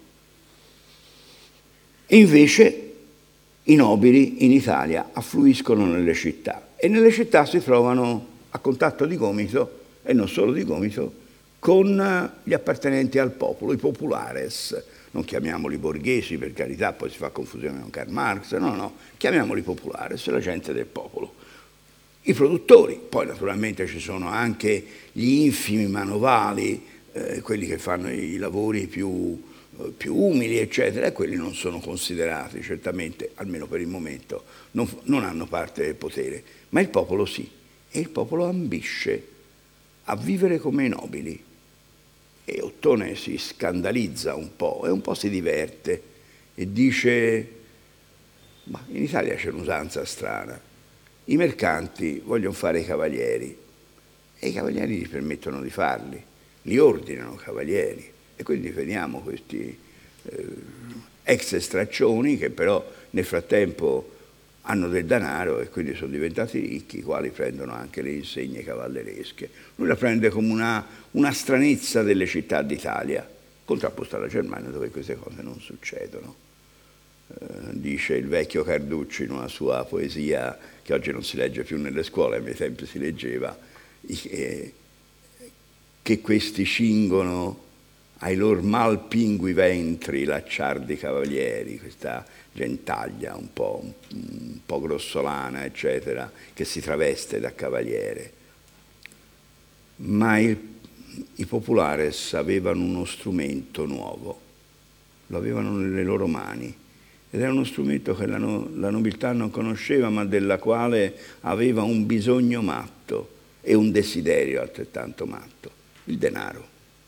E invece i nobili in Italia affluiscono nelle città, e nelle città si trovano a contatto di gomito, e non solo di gomito, con gli appartenenti al popolo, i populares. Non chiamiamoli borghesi, per carità, poi si fa confusione con Karl Marx, no, no, chiamiamoli populares, la gente del popolo. I produttori, poi naturalmente ci sono anche gli infimi manovali, eh, quelli che fanno i lavori più, eh, più umili, eccetera, e quelli non sono considerati, certamente, almeno per il momento, non, non hanno parte del potere, ma il popolo sì. E il popolo ambisce a vivere come i nobili. E Ottone si scandalizza un po' e un po' si diverte e dice: ma in Italia c'è un'usanza strana, i mercanti vogliono fare i cavalieri e i cavalieri gli permettono di farli, li ordinano cavalieri, e quindi vediamo questi eh, ex straccioni che però nel frattempo hanno del denaro e quindi sono diventati ricchi, i quali prendono anche le insegne cavalleresche. Lui la prende come una, una stranezza delle città d'Italia, contrapposta alla Germania, dove queste cose non succedono. Eh, dice il vecchio Carducci in una sua poesia, che oggi non si legge più nelle scuole, ai miei tempi si leggeva, eh, che questi cingono ai lor mal pingui ventri lacciardi cavalieri, questa gentaglia un po', un, un po' grossolana, eccetera, che si traveste da cavaliere. Ma il, i populares avevano uno strumento nuovo, lo avevano nelle loro mani, ed era uno strumento che la, no, la nobiltà non conosceva, ma della quale aveva un bisogno matto e un desiderio altrettanto matto: il denaro.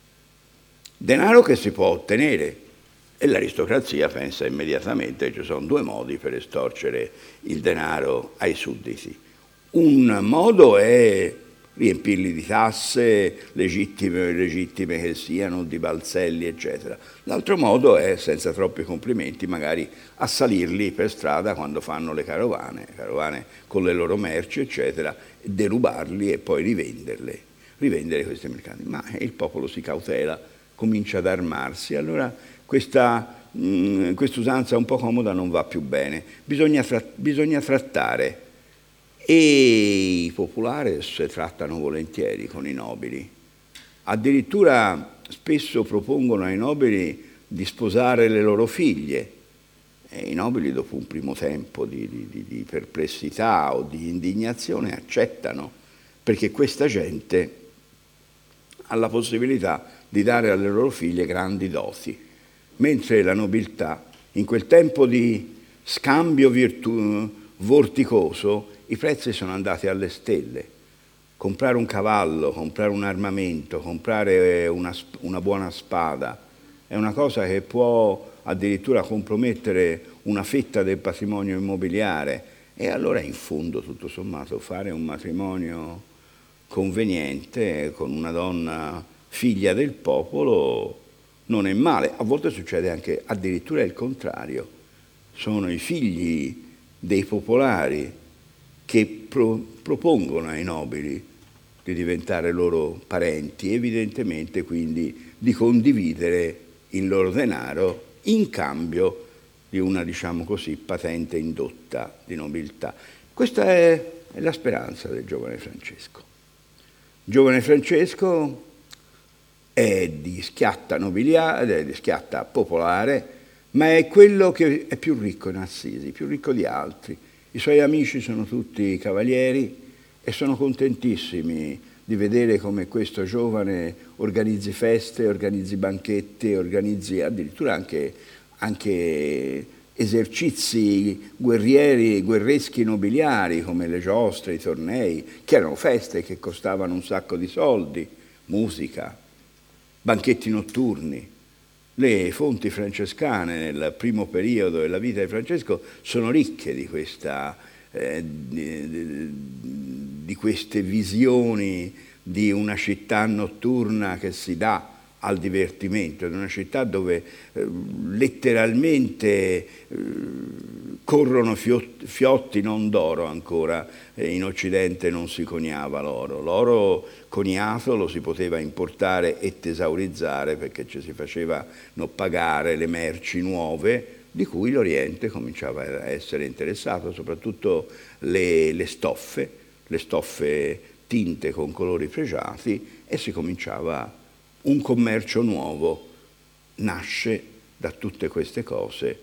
Denaro che si può ottenere, e l'aristocrazia pensa immediatamente che ci sono due modi per estorcere il denaro ai sudditi. Un modo è riempirli di tasse, legittime o illegittime che siano, di balzelli, eccetera. L'altro modo è, senza troppi complimenti, magari assalirli per strada quando fanno le carovane, carovane con le loro merci, eccetera, derubarli e poi rivenderle, rivendere questi mercanti. Ma il popolo si cautela, comincia ad armarsi, allora questa mh, quest'usanza un po' comoda non va più bene, bisogna, tra bisogna trattare, e i populares trattano volentieri con i nobili, addirittura spesso propongono ai nobili di sposare le loro figlie, e i nobili dopo un primo tempo di, di, di perplessità o di indignazione accettano, perché questa gente ha la possibilità di dare alle loro figlie grandi doti, mentre la nobiltà, in quel tempo di scambio virtu vorticoso, i prezzi sono andati alle stelle. Comprare un cavallo, comprare un armamento, comprare una, una buona spada è una cosa che può addirittura compromettere una fetta del patrimonio immobiliare, e allora in fondo, tutto sommato, fare un matrimonio conveniente con una donna figlia del popolo non è male. A volte succede anche addirittura il contrario, sono i figli dei popolari che pro propongono ai nobili di diventare loro parenti, evidentemente quindi di condividere il loro denaro in cambio di una, diciamo così, patente indotta di nobiltà. Questa è, è la speranza del giovane Francesco. Giovane Francesco è di schiatta nobiliare, di schiatta popolare, ma è quello che è più ricco in Assisi, più ricco di altri. I suoi amici sono tutti cavalieri e sono contentissimi di vedere come questo giovane organizzi feste, organizzi banchetti, organizzi addirittura anche, anche esercizi guerrieri, guerreschi nobiliari come le giostre, i tornei, che erano feste che costavano un sacco di soldi, musica, banchetti notturni. Le fonti francescane nel primo periodo della vita di Francesco sono ricche di, questa, eh, di, di queste visioni di una città notturna che si dà al divertimento, di una città dove eh, letteralmente eh, corrono fiotti, fiotti non d'oro ancora, eh, in Occidente non si coniava l'oro, l'oro coniato lo si poteva importare e tesaurizzare perché ci si facevano pagare le merci nuove di cui l'Oriente cominciava a essere interessato, soprattutto le, le stoffe, le stoffe tinte con colori pregiati, e si cominciava un commercio nuovo. Nasce da tutte queste cose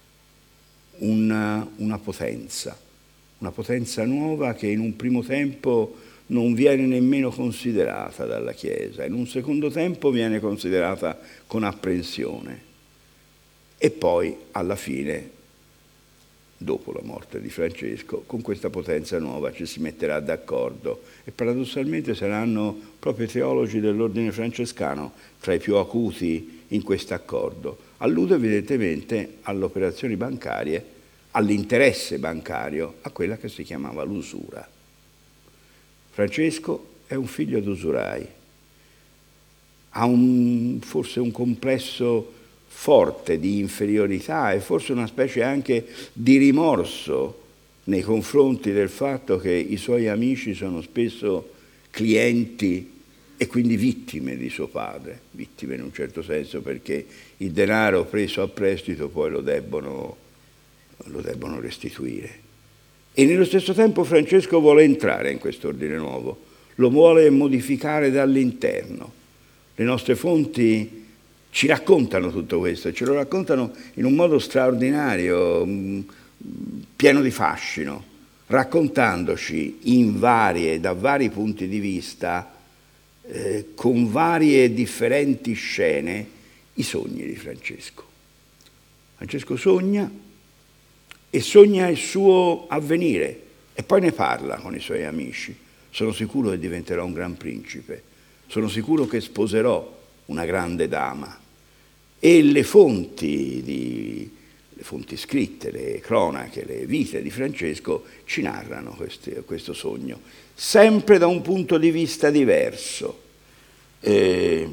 una, una potenza, una potenza nuova che in un primo tempo non viene nemmeno considerata dalla Chiesa, in un secondo tempo viene considerata con apprensione e poi alla fine, dopo la morte di Francesco, con questa potenza nuova ci si metterà d'accordo e paradossalmente saranno proprio i teologi dell'ordine francescano tra i più acuti in questo accordo. Alludo evidentemente alle operazioni bancarie, all'interesse bancario, a quella che si chiamava l'usura. Francesco è un figlio d'usurai, ha un, forse un complesso forte di inferiorità e forse una specie anche di rimorso nei confronti del fatto che i suoi amici sono spesso clienti e quindi vittime di suo padre, vittime in un certo senso perché il denaro preso a prestito poi lo debbono, lo debbono restituire. E nello stesso tempo Francesco vuole entrare in quest'ordine nuovo, lo vuole modificare dall'interno. Le nostre fonti ci raccontano tutto questo, ce lo raccontano in un modo straordinario, pieno di fascino, raccontandoci in varie, da vari punti di vista, eh, con varie e differenti scene, i sogni di Francesco. Francesco sogna e sogna il suo avvenire e poi ne parla con i suoi amici. Sono sicuro che diventerò un gran principe, sono sicuro che sposerò una grande dama. E le fonti, di, le fonti scritte, le cronache, le vite di Francesco ci narrano questi, questo sogno, sempre da un punto di vista diverso. Eh,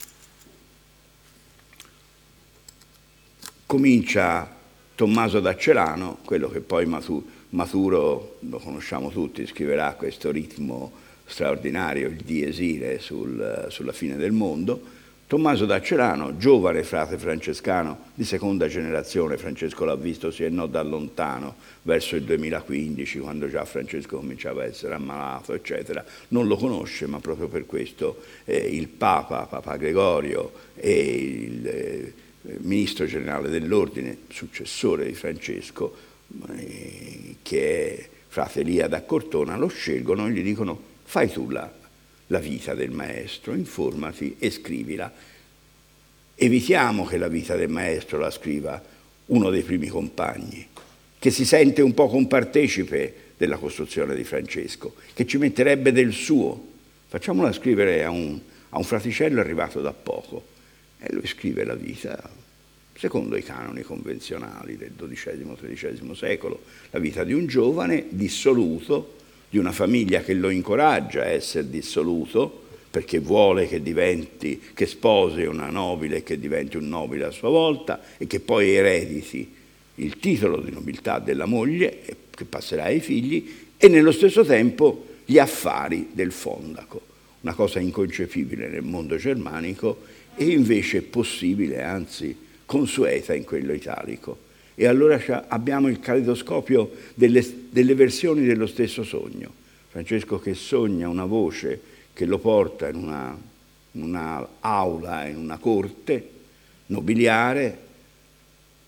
comincia Tommaso da Celano, quello che poi Maturo, lo conosciamo tutti, scriverà questo ritmo straordinario, il Dies Irae sul, sulla fine del mondo. Tommaso da Celano, giovane frate francescano di seconda generazione, Francesco l'ha visto sì e no da lontano, verso il duemilaquindici, quando già Francesco cominciava a essere ammalato, eccetera. Non lo conosce, ma proprio per questo eh, il Papa, Papa Gregorio, e il eh, ministro generale dell'ordine, successore di Francesco, eh, che è frate Elia da Cortona, lo scelgono e gli dicono: fai tu la la vita del maestro, informati e scrivila. Evitiamo che la vita del maestro la scriva uno dei primi compagni, che si sente un po' compartecipe della costruzione di Francesco, che ci metterebbe del suo. Facciamola scrivere a un, a un fraticello arrivato da poco. E lui scrive la vita secondo i canoni convenzionali del dodicesimo tredicesimo secolo, la vita di un giovane dissoluto, di una famiglia che lo incoraggia a essere dissoluto perché vuole che diventi, che sposi una nobile e che diventi un nobile a sua volta e che poi erediti il titolo di nobiltà della moglie che passerà ai figli e nello stesso tempo gli affari del fondaco, una cosa inconcepibile nel mondo germanico e invece possibile, anzi consueta in quello italico. E allora abbiamo il caleidoscopio delle, delle versioni dello stesso sogno. Francesco che sogna una voce che lo porta in una, in una aula, in una corte nobiliare,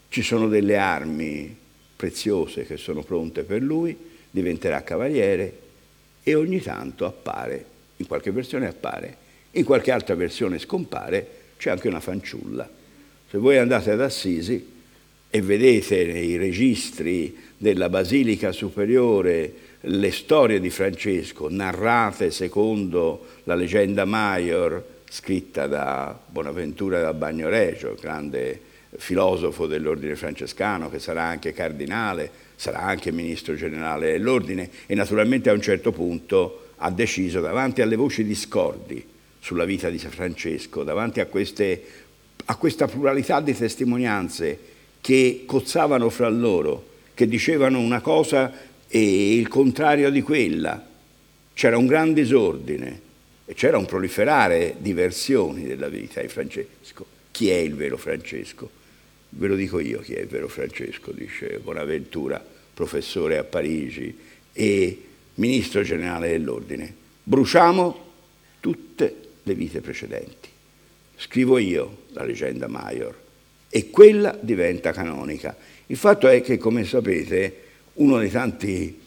ci sono delle armi preziose che sono pronte per lui, diventerà cavaliere e ogni tanto appare, in qualche versione appare, in qualche altra versione scompare, c'è anche una fanciulla. Se voi andate ad Assisi e vedete nei registri della Basilica Superiore le storie di Francesco narrate secondo la legenda Maior scritta da Bonaventura da Bagnoregio, grande filosofo dell'ordine francescano, che sarà anche cardinale, sarà anche ministro generale dell'ordine e naturalmente a un certo punto ha deciso, davanti alle voci discordi sulla vita di Francesco, davanti a, queste, a questa pluralità di testimonianze che cozzavano fra loro, che dicevano una cosa e il contrario di quella, c'era un gran disordine e c'era un proliferare di versioni della vita di Francesco. Chi è il vero Francesco? Ve lo dico io chi è il vero Francesco, dice Bonaventura, professore a Parigi e ministro generale dell'ordine. Bruciamo tutte le vite precedenti. Scrivo io la legenda Maior e quella diventa canonica. Il fatto è che, come sapete, uno dei tanti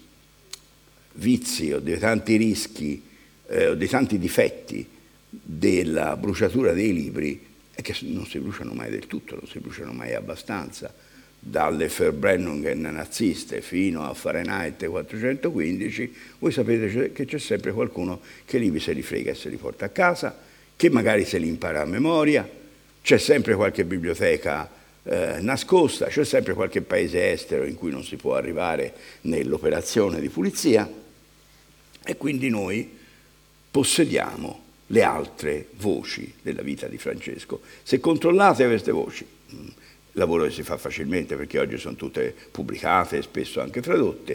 vizi o dei tanti rischi eh, o dei tanti difetti della bruciatura dei libri è che non si bruciano mai del tutto, non si bruciano mai abbastanza. Dalle Verbrennungen naziste fino a Fahrenheit quattrocentoquindici, voi sapete che c'è sempre qualcuno che li se li frega e se li porta a casa, che magari se li impara a memoria, c'è sempre qualche biblioteca eh, nascosta, c'è sempre qualche paese estero in cui non si può arrivare nell'operazione di pulizia e quindi noi possediamo le altre voci della vita di Francesco. Se controllate queste voci, lavoro che si fa facilmente perché oggi sono tutte pubblicate e spesso anche tradotte,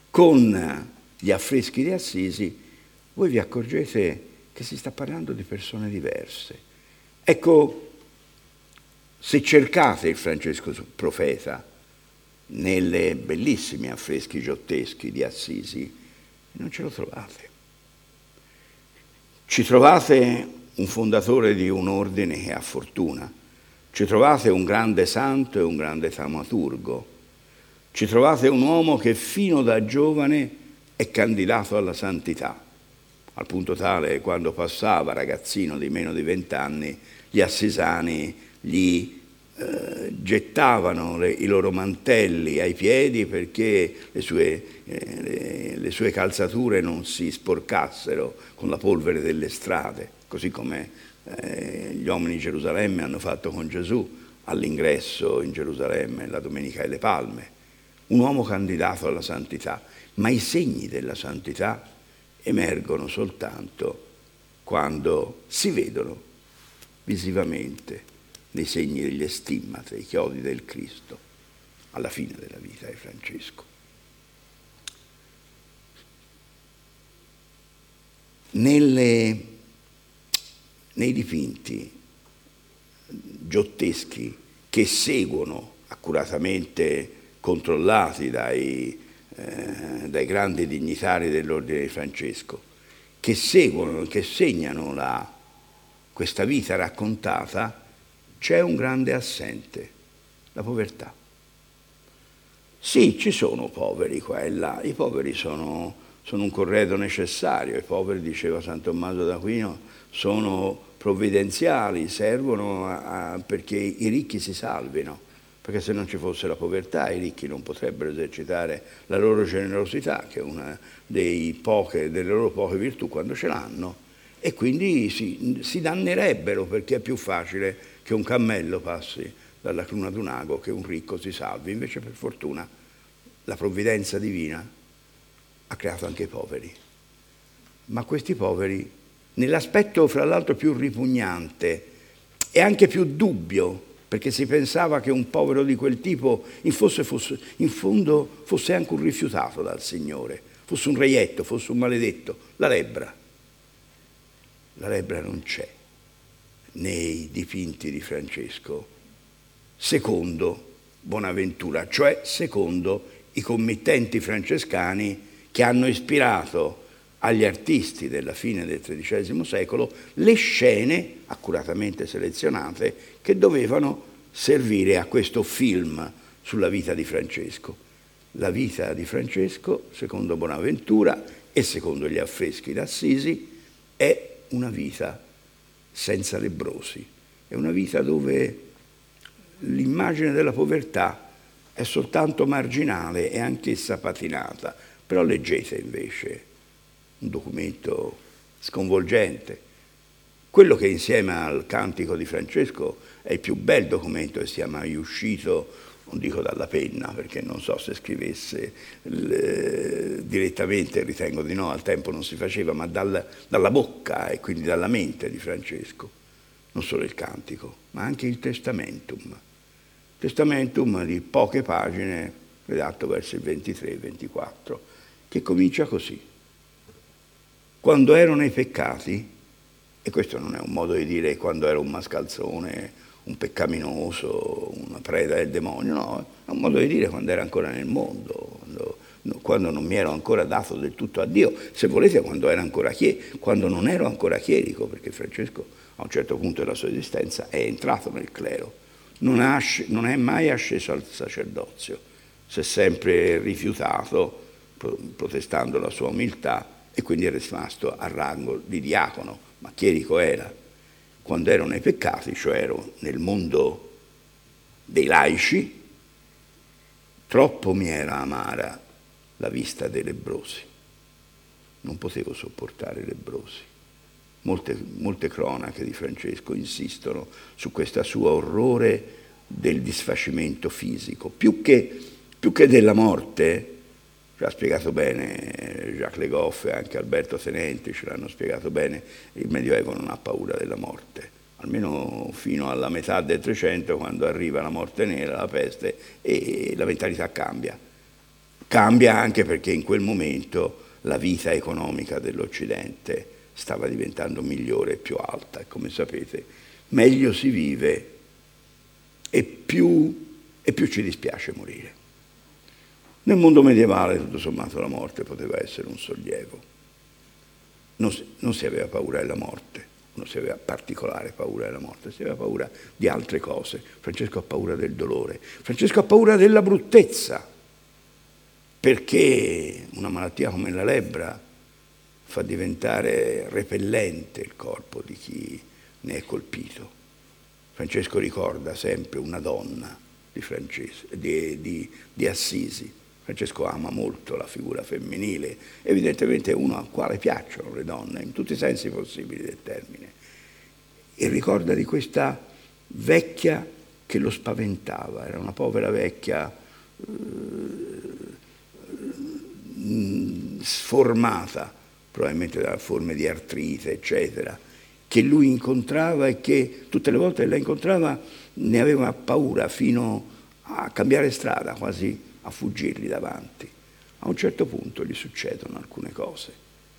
con gli affreschi di Assisi, voi vi accorgete che si sta parlando di persone diverse. Ecco, se cercate il Francesco profeta nelle bellissimi affreschi giotteschi di Assisi, non ce lo trovate. Ci trovate un fondatore di un ordine che ha fortuna, ci trovate un grande santo e un grande taumaturgo, ci trovate un uomo che fino da giovane è candidato alla santità, al punto tale che quando passava ragazzino di meno di vent'anni, gli assisani gli eh, gettavano le, i loro mantelli ai piedi perché le sue, eh, le, le sue calzature non si sporcassero con la polvere delle strade, così come eh, gli uomini di Gerusalemme hanno fatto con Gesù all'ingresso in Gerusalemme la Domenica delle Palme. Un uomo candidato alla santità, ma i segni della santità emergono soltanto quando si vedono visivamente nei segni degli stimmate, i chiodi del Cristo, alla fine della vita di Francesco. Nelle, nei dipinti giotteschi che seguono, accuratamente controllati dai, eh, dai grandi dignitari dell'ordine di Francesco, che seguono, che segnano la, questa vita raccontata, c'è un grande assente, la povertà. Sì, ci sono poveri qua e là, i poveri sono, sono un corredo necessario, i poveri, diceva San Tommaso d'Aquino, sono provvidenziali, servono a, a, perché i ricchi si salvino, perché se non ci fosse la povertà i ricchi non potrebbero esercitare la loro generosità, che è una dei poche, delle loro poche virtù quando ce l'hanno, e quindi si, si dannerebbero perché è più facile che un cammello passi dalla cruna d'un ago che un ricco si salvi. Invece per fortuna la provvidenza divina ha creato anche i poveri. Ma questi poveri, nell'aspetto fra l'altro più ripugnante e anche più dubbio, perché si pensava che un povero di quel tipo in, fosse, fosse, in fondo fosse anche un rifiutato dal Signore, fosse un reietto, fosse un maledetto, la lebbra. La lebbra non c'è nei dipinti di Francesco, secondo Bonaventura, cioè secondo i committenti francescani che hanno ispirato agli artisti della fine del tredicesimo secolo le scene accuratamente selezionate che dovevano servire a questo film sulla vita di Francesco. La vita di Francesco, secondo Bonaventura e secondo gli affreschi d'Assisi, è una vita senza lebbrosi, è una vita dove l'immagine della povertà è soltanto marginale e anch'essa patinata. Però leggete invece un documento sconvolgente, quello che insieme al Cantico di Francesco è il più bel documento che sia mai uscito, non dico dalla penna, perché non so se scrivesse le, direttamente, ritengo di no, al tempo non si faceva, ma dal, dalla bocca e quindi dalla mente di Francesco. Non solo il Cantico, ma anche il Testamentum. Testamentum di poche pagine, redatto verso il ventitré ventiquattro, che comincia così. Quando ero nei peccati, e questo non è un modo di dire quando ero un mascalzone, un peccaminoso, una preda del demonio, no, è un modo di dire quando ero ancora nel mondo, quando, quando non mi ero ancora dato del tutto a Dio, se volete quando ero ancora chierico, quando non ero ancora chierico, perché Francesco a un certo punto della sua esistenza è entrato nel clero, non, ha, non è mai asceso al sacerdozio, si è sempre rifiutato, protestando la sua umiltà, e quindi è rimasto a rango di diacono, ma chierico era. Quando ero nei peccati, cioè ero nel mondo dei laici, troppo mi era amara la vista dei lebbrosi. Non potevo sopportare i lebbrosi. Molte, molte cronache di Francesco insistono su questo suo orrore del disfacimento fisico, più che, più che della morte. Ci ha spiegato bene Jacques Le Goff e anche Alberto Tenenti, ce l'hanno spiegato bene, il Medioevo non ha paura della morte, almeno fino alla metà del Trecento, quando arriva la morte nera, la peste, e la mentalità cambia. Cambia anche perché in quel momento la vita economica dell'Occidente stava diventando migliore e più alta, e come sapete meglio si vive e più, e più ci dispiace morire. Nel mondo medievale, tutto sommato, la morte poteva essere un sollievo. Non si, non si aveva paura della morte, non si aveva particolare paura della morte, si aveva paura di altre cose. Francesco ha paura del dolore, Francesco ha paura della bruttezza, perché una malattia come la lebbra fa diventare repellente il corpo di chi ne è colpito. Francesco ricorda sempre una donna di, Francesco, di, di, di Assisi. Francesco ama molto la figura femminile, evidentemente uno al quale piacciono le donne, in tutti i sensi possibili del termine. E ricorda di questa vecchia che lo spaventava, era una povera vecchia eh, sformata, probabilmente da forme di artrite, eccetera, che lui incontrava e che tutte le volte che la incontrava ne aveva paura fino a cambiare strada, quasi a fuggirgli davanti. A un certo punto gli succedono alcune cose.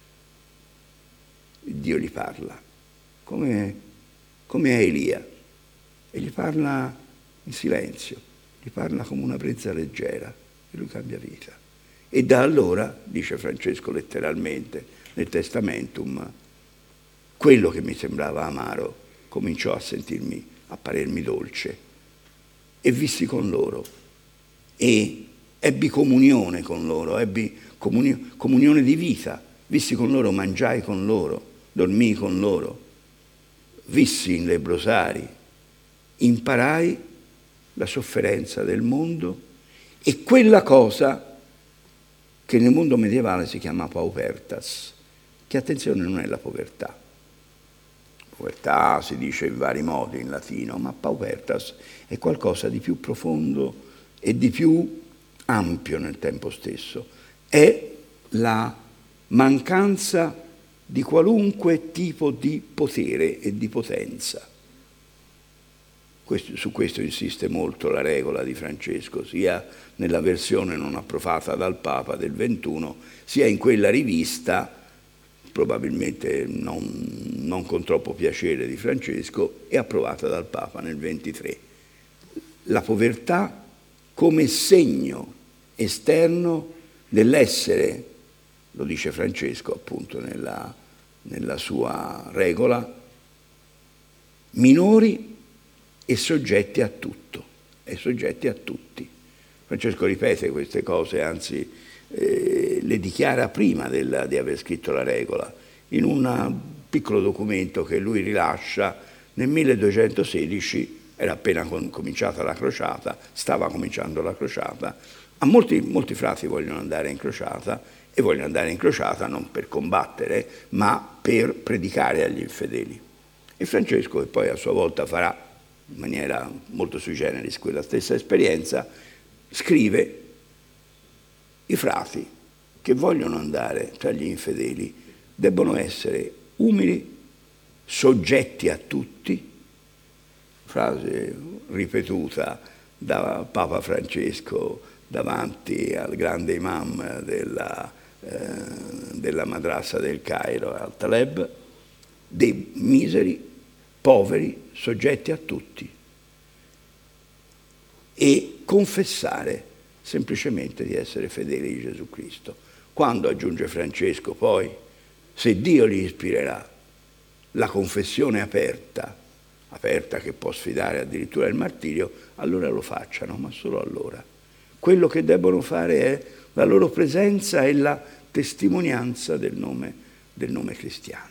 Dio gli parla, come, come a Elia, e gli parla in silenzio, gli parla come una brezza leggera, e lui cambia vita. E da allora, dice Francesco letteralmente nel Testamentum, quello che mi sembrava amaro cominciò a sentirmi, a parermi dolce, e vissi con loro e ebbi comunione con loro, ebbi comuni- comunione di vita, vissi con loro, mangiai con loro, dormii con loro, vissi in lebrosari, imparai la sofferenza del mondo e quella cosa che nel mondo medievale si chiama paupertas, che attenzione non è la povertà. Povertà si dice in vari modi in latino, ma paupertas è qualcosa di più profondo e di più ampio nel tempo stesso. È la mancanza di qualunque tipo di potere e di potenza. Questo, su questo insiste molto la regola di Francesco, sia nella versione non approvata dal Papa del ventuno, sia in quella rivista, probabilmente non, non con troppo piacere di Francesco, e approvata dal Papa nel ventitré. La povertà come segno esterno dell'essere, lo dice Francesco appunto nella, nella sua regola, minori e soggetti a tutto, e soggetti a tutti. Francesco ripete queste cose, anzi eh, le dichiara prima della, di aver scritto la regola, in un piccolo documento che lui rilascia nel milleduecentosedici, era appena com- cominciata la crociata, stava cominciando la crociata, a molti, molti frati vogliono andare in crociata, e vogliono andare in crociata non per combattere, ma per predicare agli infedeli. E Francesco, che poi a sua volta farà in maniera molto sui generis quella stessa esperienza, scrive: i frati che vogliono andare tra gli infedeli debbono essere umili, soggetti a tutti, frase ripetuta da Papa Francesco davanti al grande imam della, eh, della madrasa del Cairo, Al-Taleb, dei miseri, poveri, soggetti a tutti, e confessare semplicemente di essere fedeli di Gesù Cristo. Quando, aggiunge Francesco, poi, se Dio gli ispirerà la confessione aperta, aperta che può sfidare addirittura il martirio, allora lo facciano, ma solo allora. Quello che debbono fare è la loro presenza e la testimonianza del nome, del nome cristiano.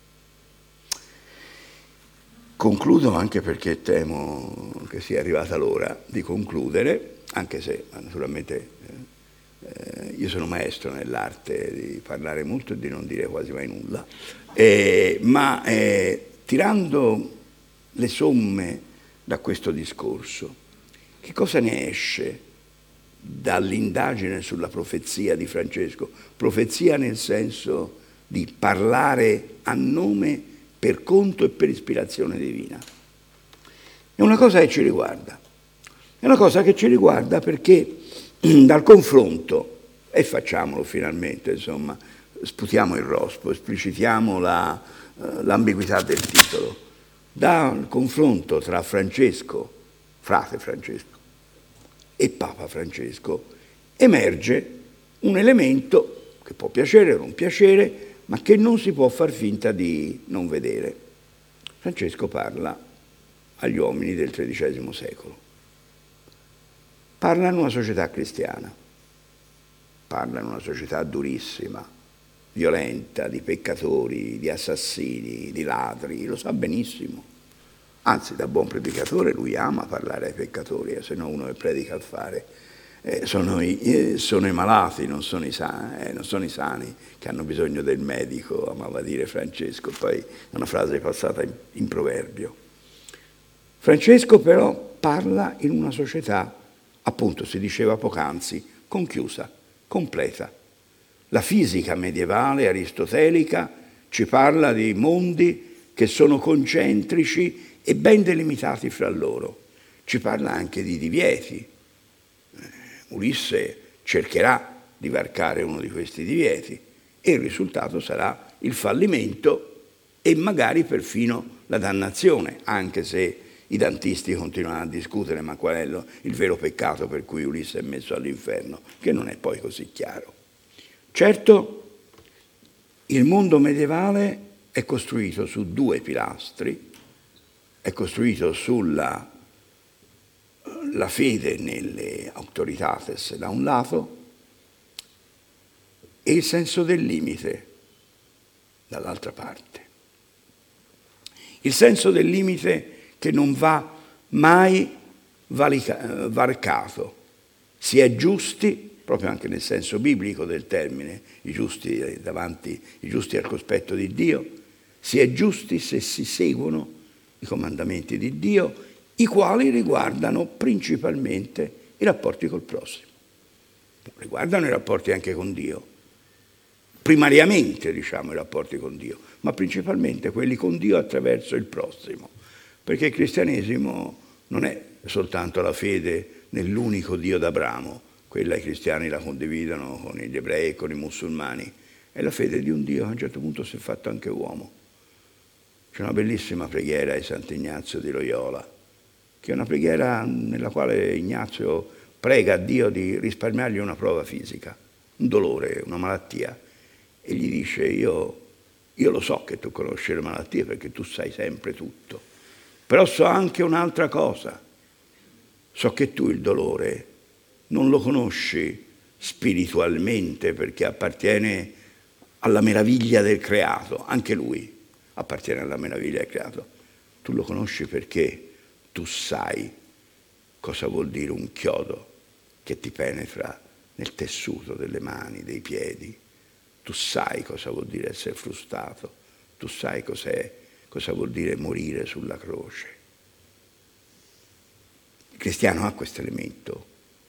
Concludo anche perché temo che sia arrivata l'ora di concludere, anche se naturalmente eh, io sono maestro nell'arte di parlare molto e di non dire quasi mai nulla, eh, ma eh, tirando le somme da questo discorso, che cosa ne esce dall'indagine sulla profezia di Francesco? Profezia nel senso di parlare a nome, per conto e per ispirazione divina. È una cosa che ci riguarda. È una cosa che ci riguarda perché dal confronto, e facciamolo finalmente, insomma, sputiamo il rospo, esplicitiamo la, uh, l'ambiguità del titolo, dal confronto tra Francesco, frate Francesco, e Papa Francesco, emerge un elemento che può piacere o non piacere, ma che non si può far finta di non vedere. Francesco parla agli uomini del tredicesimo secolo, parla in una società cristiana, parla in una società durissima, violenta, di peccatori, di assassini, di ladri, lo sa benissimo. Anzi, da buon predicatore lui ama parlare ai peccatori, eh, se no uno che predica al fare. Eh, sono, i, eh, sono i malati, non sono i, sani, eh, non sono i sani che hanno bisogno del medico, amava dire Francesco, poi è una frase passata in, in proverbio. Francesco però parla in una società, appunto si diceva poc'anzi, conchiusa, completa. La fisica medievale, aristotelica, ci parla di mondi che sono concentrici e ben delimitati fra loro. Ci parla anche di divieti. Ulisse cercherà di varcare uno di questi divieti e il risultato sarà il fallimento e magari perfino la dannazione, anche se i dantisti continuano a discutere ma qual è lo, il vero peccato per cui Ulisse è messo all'inferno, che non è poi così chiaro. Certo, il mondo medievale è costruito su due pilastri, è costruito sulla la fede nelle autoritates da un lato e il senso del limite dall'altra parte. Il senso del limite che non va mai valica- varcato. Si è giusti, proprio anche nel senso biblico del termine, i giusti davanti, i giusti al cospetto di Dio, si è giusti se si seguono i comandamenti di Dio, i quali riguardano principalmente i rapporti col prossimo. Riguardano i rapporti anche con Dio, primariamente diciamo i rapporti con Dio, ma principalmente quelli con Dio attraverso il prossimo, perché il cristianesimo non è soltanto la fede nell'unico Dio d'Abramo, quella i cristiani la condividono con gli ebrei e con i musulmani, è la fede di un Dio che a un certo punto si è fatto anche uomo. C'è una bellissima preghiera di Sant'Ignazio di Loyola, che è una preghiera nella quale Ignazio prega a Dio di risparmiargli una prova fisica, un dolore, una malattia, e gli dice: io, io lo so che tu conosci le malattie perché tu sai sempre tutto, però so anche un'altra cosa. So che tu il dolore non lo conosci spiritualmente perché appartiene alla meraviglia del creato, anche lui appartiene alla meraviglia del creato. Tu lo conosci perché tu sai cosa vuol dire un chiodo che ti penetra nel tessuto delle mani, dei piedi. Tu sai cosa vuol dire essere frustato, tu sai cos'è, cosa vuol dire morire sulla croce. Il cristiano ha questo elemento,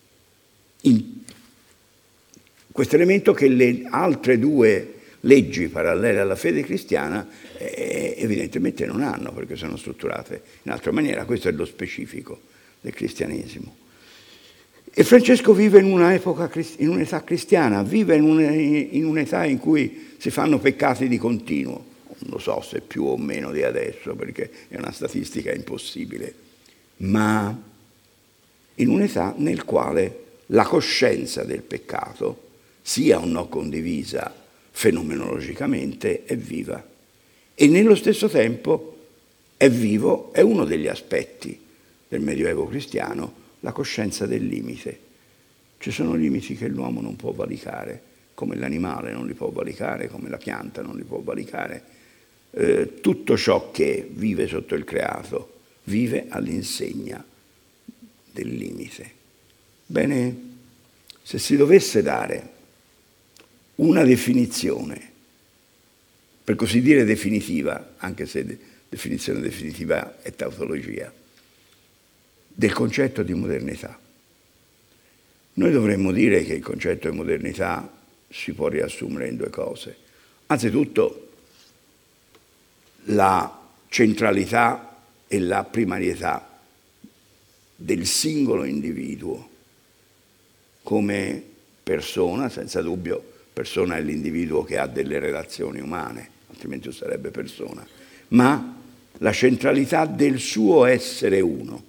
questo elemento che le altre due leggi parallele alla fede cristiana eh, evidentemente non hanno, perché sono strutturate in altra maniera. Questo è lo specifico del cristianesimo. E Francesco vive in un'epoca, in un'età cristiana, vive in, un, in un'età in cui si fanno peccati di continuo. Non lo so se più o meno di adesso, perché è una statistica impossibile, ma in un'età nel quale la coscienza del peccato, sia o no condivisa fenomenologicamente, è viva. E nello stesso tempo è vivo, è uno degli aspetti del Medioevo cristiano, la coscienza del limite. Ci sono limiti che l'uomo non può valicare, come l'animale non li può valicare, come la pianta non li può valicare. Eh, tutto ciò che vive sotto il creato vive all'insegna del limite. Bene, se si dovesse dare una definizione, per così dire definitiva, anche se de- definizione definitiva è tautologia, del concetto di modernità, noi dovremmo dire che il concetto di modernità si può riassumere in due cose. Anzitutto la centralità e la primarietà del singolo individuo come persona, senza dubbio persona è l'individuo che ha delle relazioni umane, altrimenti non sarebbe persona, ma la centralità del suo essere uno.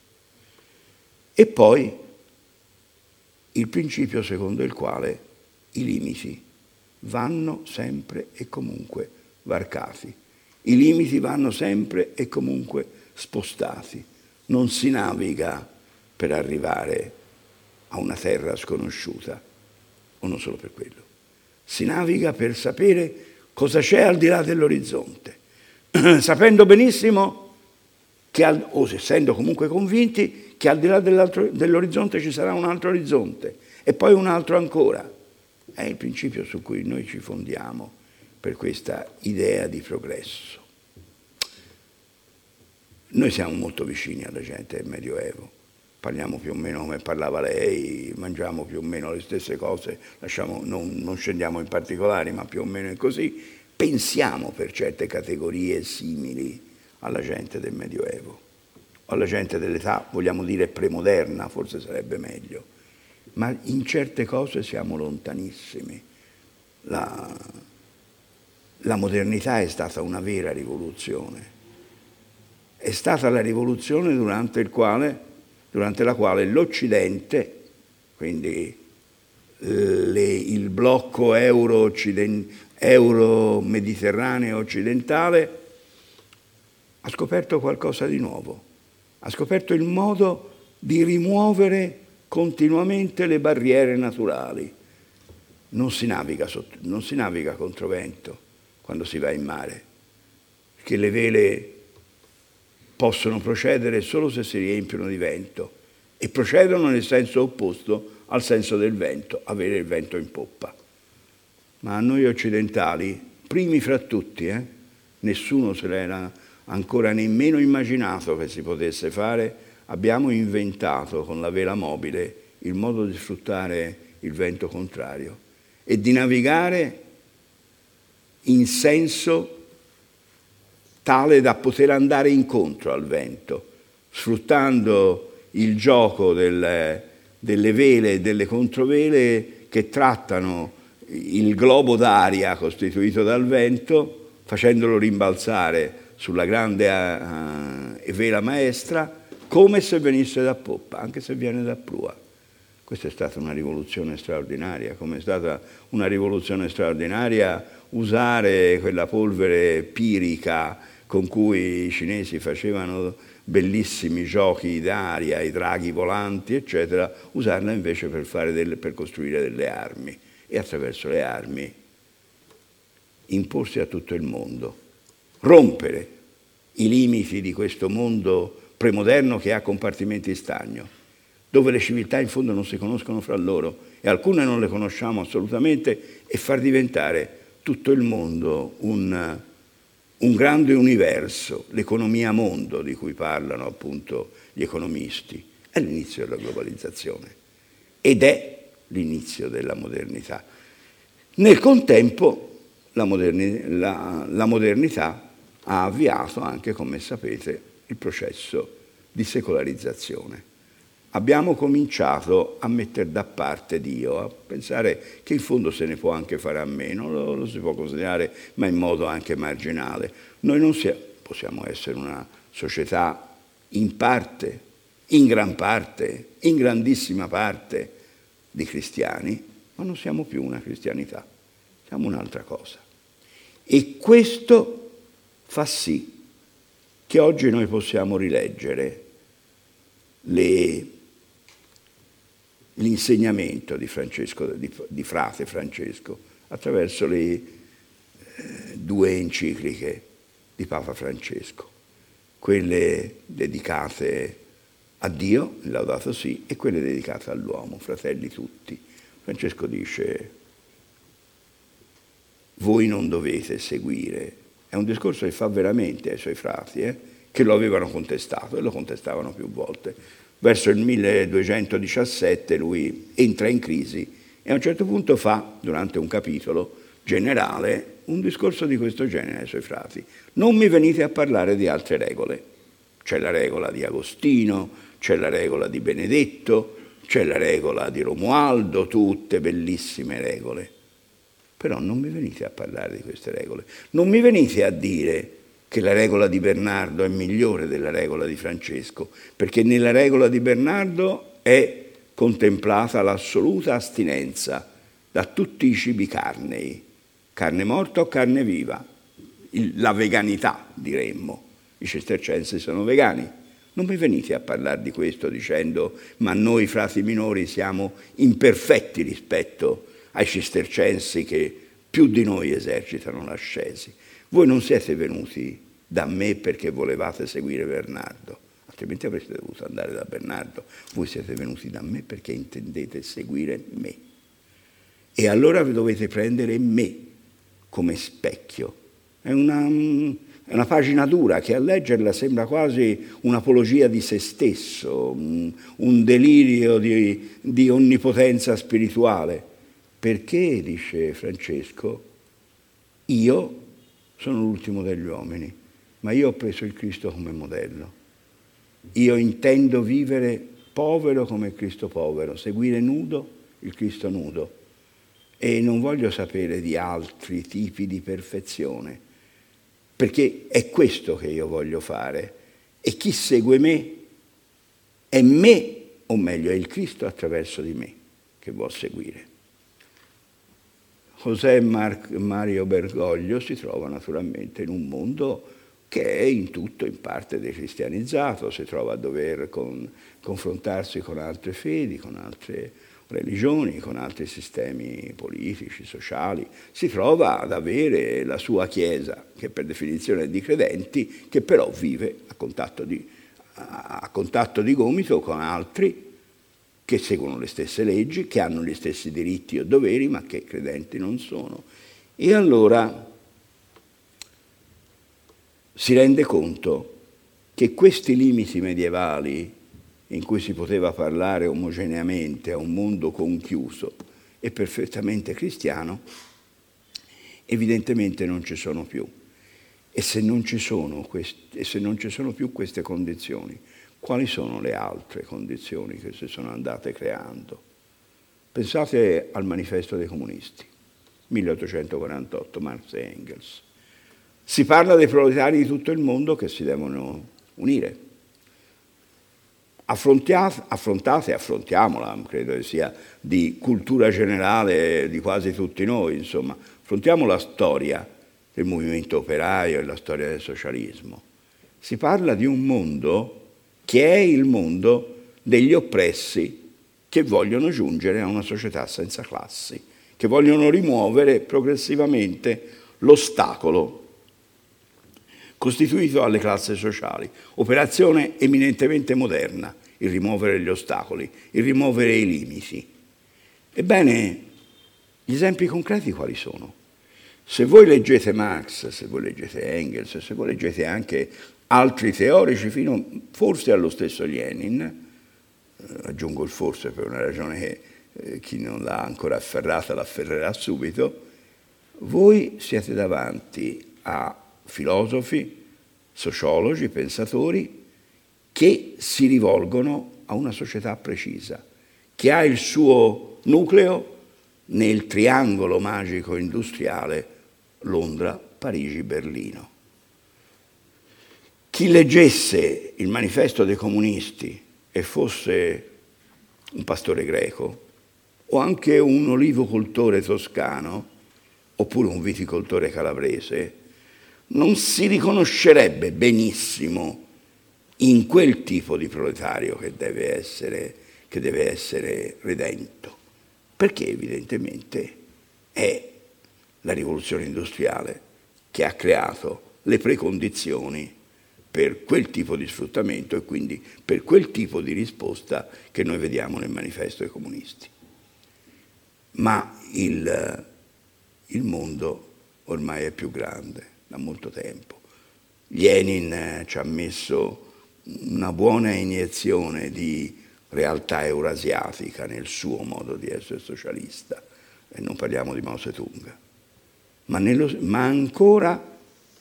E poi il principio secondo il quale i limiti vanno sempre e comunque varcati, i limiti vanno sempre e comunque spostati, non si naviga per arrivare a una terra sconosciuta, o non solo per quello, si naviga per sapere cosa c'è al di là dell'orizzonte, sapendo benissimo che, al, o essendo comunque convinti, che al di là dell'orizzonte ci sarà un altro orizzonte e poi un altro ancora. È il principio su cui noi ci fondiamo per questa idea di progresso. Noi siamo molto vicini alla gente del Medioevo, parliamo più o meno come parlava lei, mangiamo più o meno le stesse cose, lasciamo, non, non scendiamo in particolari, ma più o meno è così, pensiamo per certe categorie simili alla gente del Medioevo, alla gente dell'età, vogliamo dire premoderna, forse sarebbe meglio, ma in certe cose siamo lontanissimi. La, la modernità è stata una vera rivoluzione, è stata la rivoluzione durante, il quale, durante la quale l'Occidente, quindi le, il blocco euro-mediterraneo occidentale, ha scoperto qualcosa di nuovo, ha scoperto il modo di rimuovere continuamente le barriere naturali. Non si naviga, sotto, non si naviga controvento quando si va in mare, perché le vele possono procedere solo se si riempiono di vento e procedono nel senso opposto al senso del vento, avere il vento in poppa. Ma a noi occidentali, primi fra tutti, eh, nessuno se l'era ancora nemmeno immaginato che si potesse fare, abbiamo inventato con la vela mobile il modo di sfruttare il vento contrario e di navigare in senso tale da poter andare incontro al vento, sfruttando il gioco del, delle vele e delle controvele che trattano il globo d'aria costituito dal vento, facendolo rimbalzare sulla grande uh, vela maestra, come se venisse da poppa, anche se viene da prua. Questa è stata una rivoluzione straordinaria, come è stata una rivoluzione straordinaria usare quella polvere pirica con cui i cinesi facevano bellissimi giochi d'aria, i draghi volanti, eccetera, usarla invece per, fare delle, per costruire delle armi e attraverso le armi imporsi a tutto il mondo, rompere i limiti di questo mondo premoderno che ha compartimenti di stagno, dove le civiltà in fondo non si conoscono fra loro e alcune non le conosciamo assolutamente, e far diventare tutto il mondo un, un grande universo, l'economia mondo di cui parlano appunto gli economisti. È l'inizio della globalizzazione ed è l'inizio della modernità. Nel contempo la, moderni, la, la modernità ha avviato anche, come sapete, il processo di secolarizzazione. Abbiamo cominciato a mettere da parte Dio, a pensare che in fondo se ne può anche fare a meno, lo, lo si può considerare, ma in modo anche marginale. Noi non siamo, possiamo essere una società in parte, in gran parte, in grandissima parte di cristiani, ma non siamo più una cristianità, siamo un'altra cosa. E questo fa sì che oggi noi possiamo rileggere le, l'insegnamento di, Francesco, di, di frate Francesco attraverso le eh, due encicliche di Papa Francesco, quelle dedicate a Dio, il Laudato Si, e quelle dedicate all'uomo, fratelli tutti. Francesco dice: voi non dovete seguire. È un discorso che fa veramente ai suoi frati, eh, che lo avevano contestato e lo contestavano più volte. Verso il milleduecentodiciassette lui entra in crisi e a un certo punto fa, durante un capitolo generale, un discorso di questo genere ai suoi frati. Non mi venite a parlare di altre regole. C'è la regola di Agostino, c'è la regola di Benedetto, c'è la regola di Romualdo, tutte bellissime regole. Però non mi venite a parlare di queste regole. Non mi venite a dire che la regola di Bernardo è migliore della regola di Francesco, perché nella regola di Bernardo è contemplata l'assoluta astinenza da tutti i cibi carnei, carne morta o carne viva, il, la veganità diremmo. I cistercensi sono vegani. Non mi venite a parlare di questo dicendo ma noi frati minori siamo imperfetti rispetto ai cistercensi che più di noi esercitano l'ascesi. Voi non siete venuti da me perché volevate seguire Bernardo, altrimenti avreste dovuto andare da Bernardo. Voi siete venuti da me perché intendete seguire me. E allora dovete prendere me come specchio. È una, è una pagina dura che a leggerla sembra quasi un'apologia di se stesso, un, un delirio di, di onnipotenza spirituale. Perché, dice Francesco, io sono l'ultimo degli uomini, ma io ho preso il Cristo come modello. Io intendo vivere povero come il Cristo povero, seguire nudo il Cristo nudo. E non voglio sapere di altri tipi di perfezione, perché è questo che io voglio fare. E chi segue me è me, o meglio, è il Cristo attraverso di me che vuol seguire. José Mar- Mario Bergoglio si trova naturalmente in un mondo che è in tutto in parte decristianizzato, si trova a dover con, confrontarsi con altre fedi, con altre religioni, con altri sistemi politici, sociali, si trova ad avere la sua Chiesa, che per definizione è di credenti, che però vive a contatto di, a contatto di gomito con altri che seguono le stesse leggi, che hanno gli stessi diritti o doveri, ma che credenti non sono. E allora si rende conto che questi limiti medievali in cui si poteva parlare omogeneamente a un mondo conchiuso e perfettamente cristiano, evidentemente non ci sono più. E se non ci sono, queste, e se non ci sono più queste condizioni, quali sono le altre condizioni che si sono andate creando? Pensate al manifesto dei comunisti, milleottocentoquarantotto, Marx e Engels. Si parla dei proletari di tutto il mondo che si devono unire. Affrontate, affrontate, affrontiamola, credo che sia di cultura generale di quasi tutti noi, insomma, affrontiamo la storia del movimento operaio e la storia del socialismo. Si parla di un mondo che è il mondo degli oppressi che vogliono giungere a una società senza classi, che vogliono rimuovere progressivamente l'ostacolo costituito dalle classi sociali. Operazione eminentemente moderna, il rimuovere gli ostacoli, il rimuovere i limiti. Ebbene, gli esempi concreti quali sono? Se voi leggete Marx, se voi leggete Engels, se voi leggete anche altri teorici, fino forse allo stesso Lenin, eh, aggiungo il forse per una ragione che eh, chi non l'ha ancora afferrata l'afferrerà subito, voi siete davanti a filosofi, sociologi, pensatori che si rivolgono a una società precisa, che ha il suo nucleo nel triangolo magico industriale Londra, Parigi, Berlino. Chi leggesse il manifesto dei comunisti e fosse un pastore greco o anche un olivocoltore toscano oppure un viticoltore calabrese non si riconoscerebbe benissimo in quel tipo di proletario che deve essere, che deve essere redento, perché evidentemente è la rivoluzione industriale che ha creato le precondizioni per quel tipo di sfruttamento e quindi per quel tipo di risposta che noi vediamo nel manifesto dei comunisti. Ma il, il mondo ormai è più grande da molto tempo. Lenin ci ha messo una buona iniezione di realtà eurasiatica nel suo modo di essere socialista, e non parliamo di Mao Zedong, ma, nello, ma ancora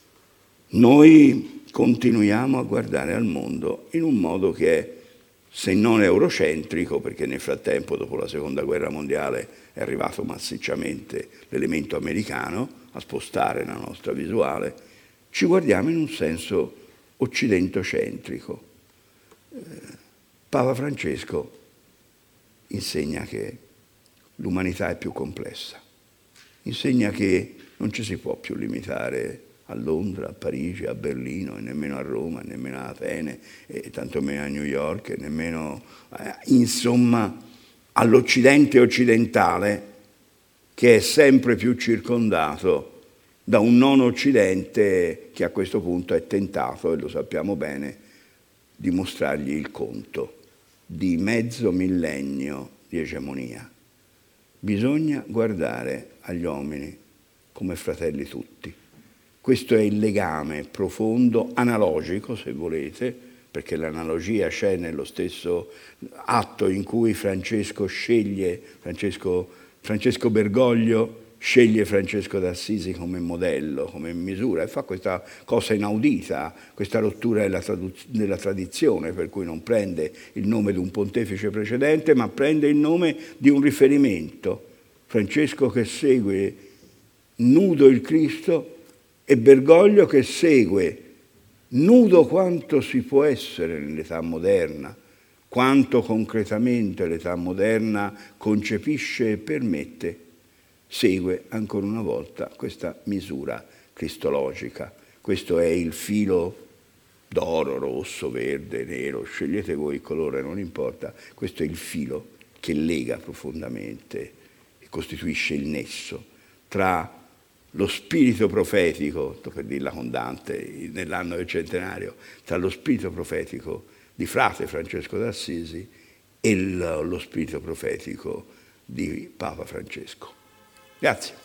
noi continuiamo a guardare al mondo in un modo che è, se non eurocentrico, perché nel frattempo dopo la seconda guerra mondiale è arrivato massicciamente l'elemento americano a spostare la nostra visuale, ci guardiamo in un senso occidentocentrico. Eh, Papa Francesco insegna che l'umanità è più complessa, insegna che non ci si può più limitare a Londra, a Parigi, a Berlino, e nemmeno a Roma, e nemmeno a Atene, e tantomeno a New York, e nemmeno, eh, insomma, all'Occidente occidentale, che è sempre più circondato da un non Occidente che a questo punto è tentato, e lo sappiamo bene, di mostrargli il conto di mezzo millennio di egemonia. Bisogna guardare agli uomini come fratelli tutti. Questo è il legame profondo, analogico se volete, perché l'analogia c'è nello stesso atto in cui Francesco sceglie, Francesco, Francesco Bergoglio sceglie Francesco d'Assisi come modello, come misura, e fa questa cosa inaudita, questa rottura della, della tradizione, per cui non prende il nome di un pontefice precedente, ma prende il nome di un riferimento. Francesco che segue nudo il Cristo e Bergoglio che segue nudo quanto si può essere nell'età moderna, quanto concretamente l'età moderna concepisce e permette, segue ancora una volta questa misura cristologica. Questo è il filo d'oro, rosso, verde, nero, scegliete voi il colore, non importa, questo è il filo che lega profondamente e costituisce il nesso tra lo spirito profetico, per dirla con Dante, nell'anno del centenario, tra lo spirito profetico di frate Francesco d'Assisi e lo spirito profetico di Papa Francesco. Grazie.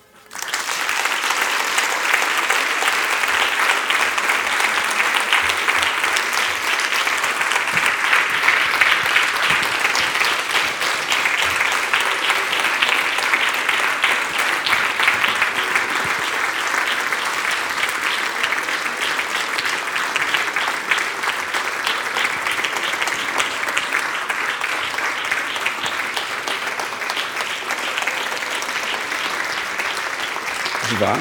Va.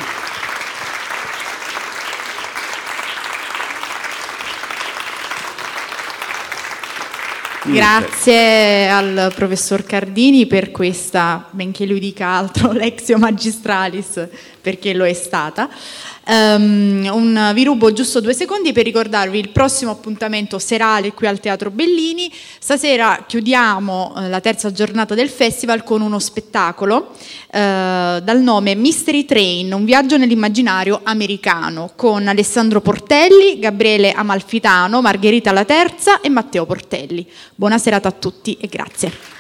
Grazie al professor Cardini per questa, benché lui dica altro, Lectio Magistralis, perché lo è stata. Um, un, vi rubo giusto due secondi per ricordarvi il prossimo appuntamento serale qui al Teatro Bellini. Stasera chiudiamo eh, la terza giornata del festival con uno spettacolo eh, dal nome Mystery Train, un viaggio nell'immaginario americano, con Alessandro Portelli, Gabriele Amalfitano, Margherita La Terza e Matteo Portelli. Buona serata a tutti e grazie.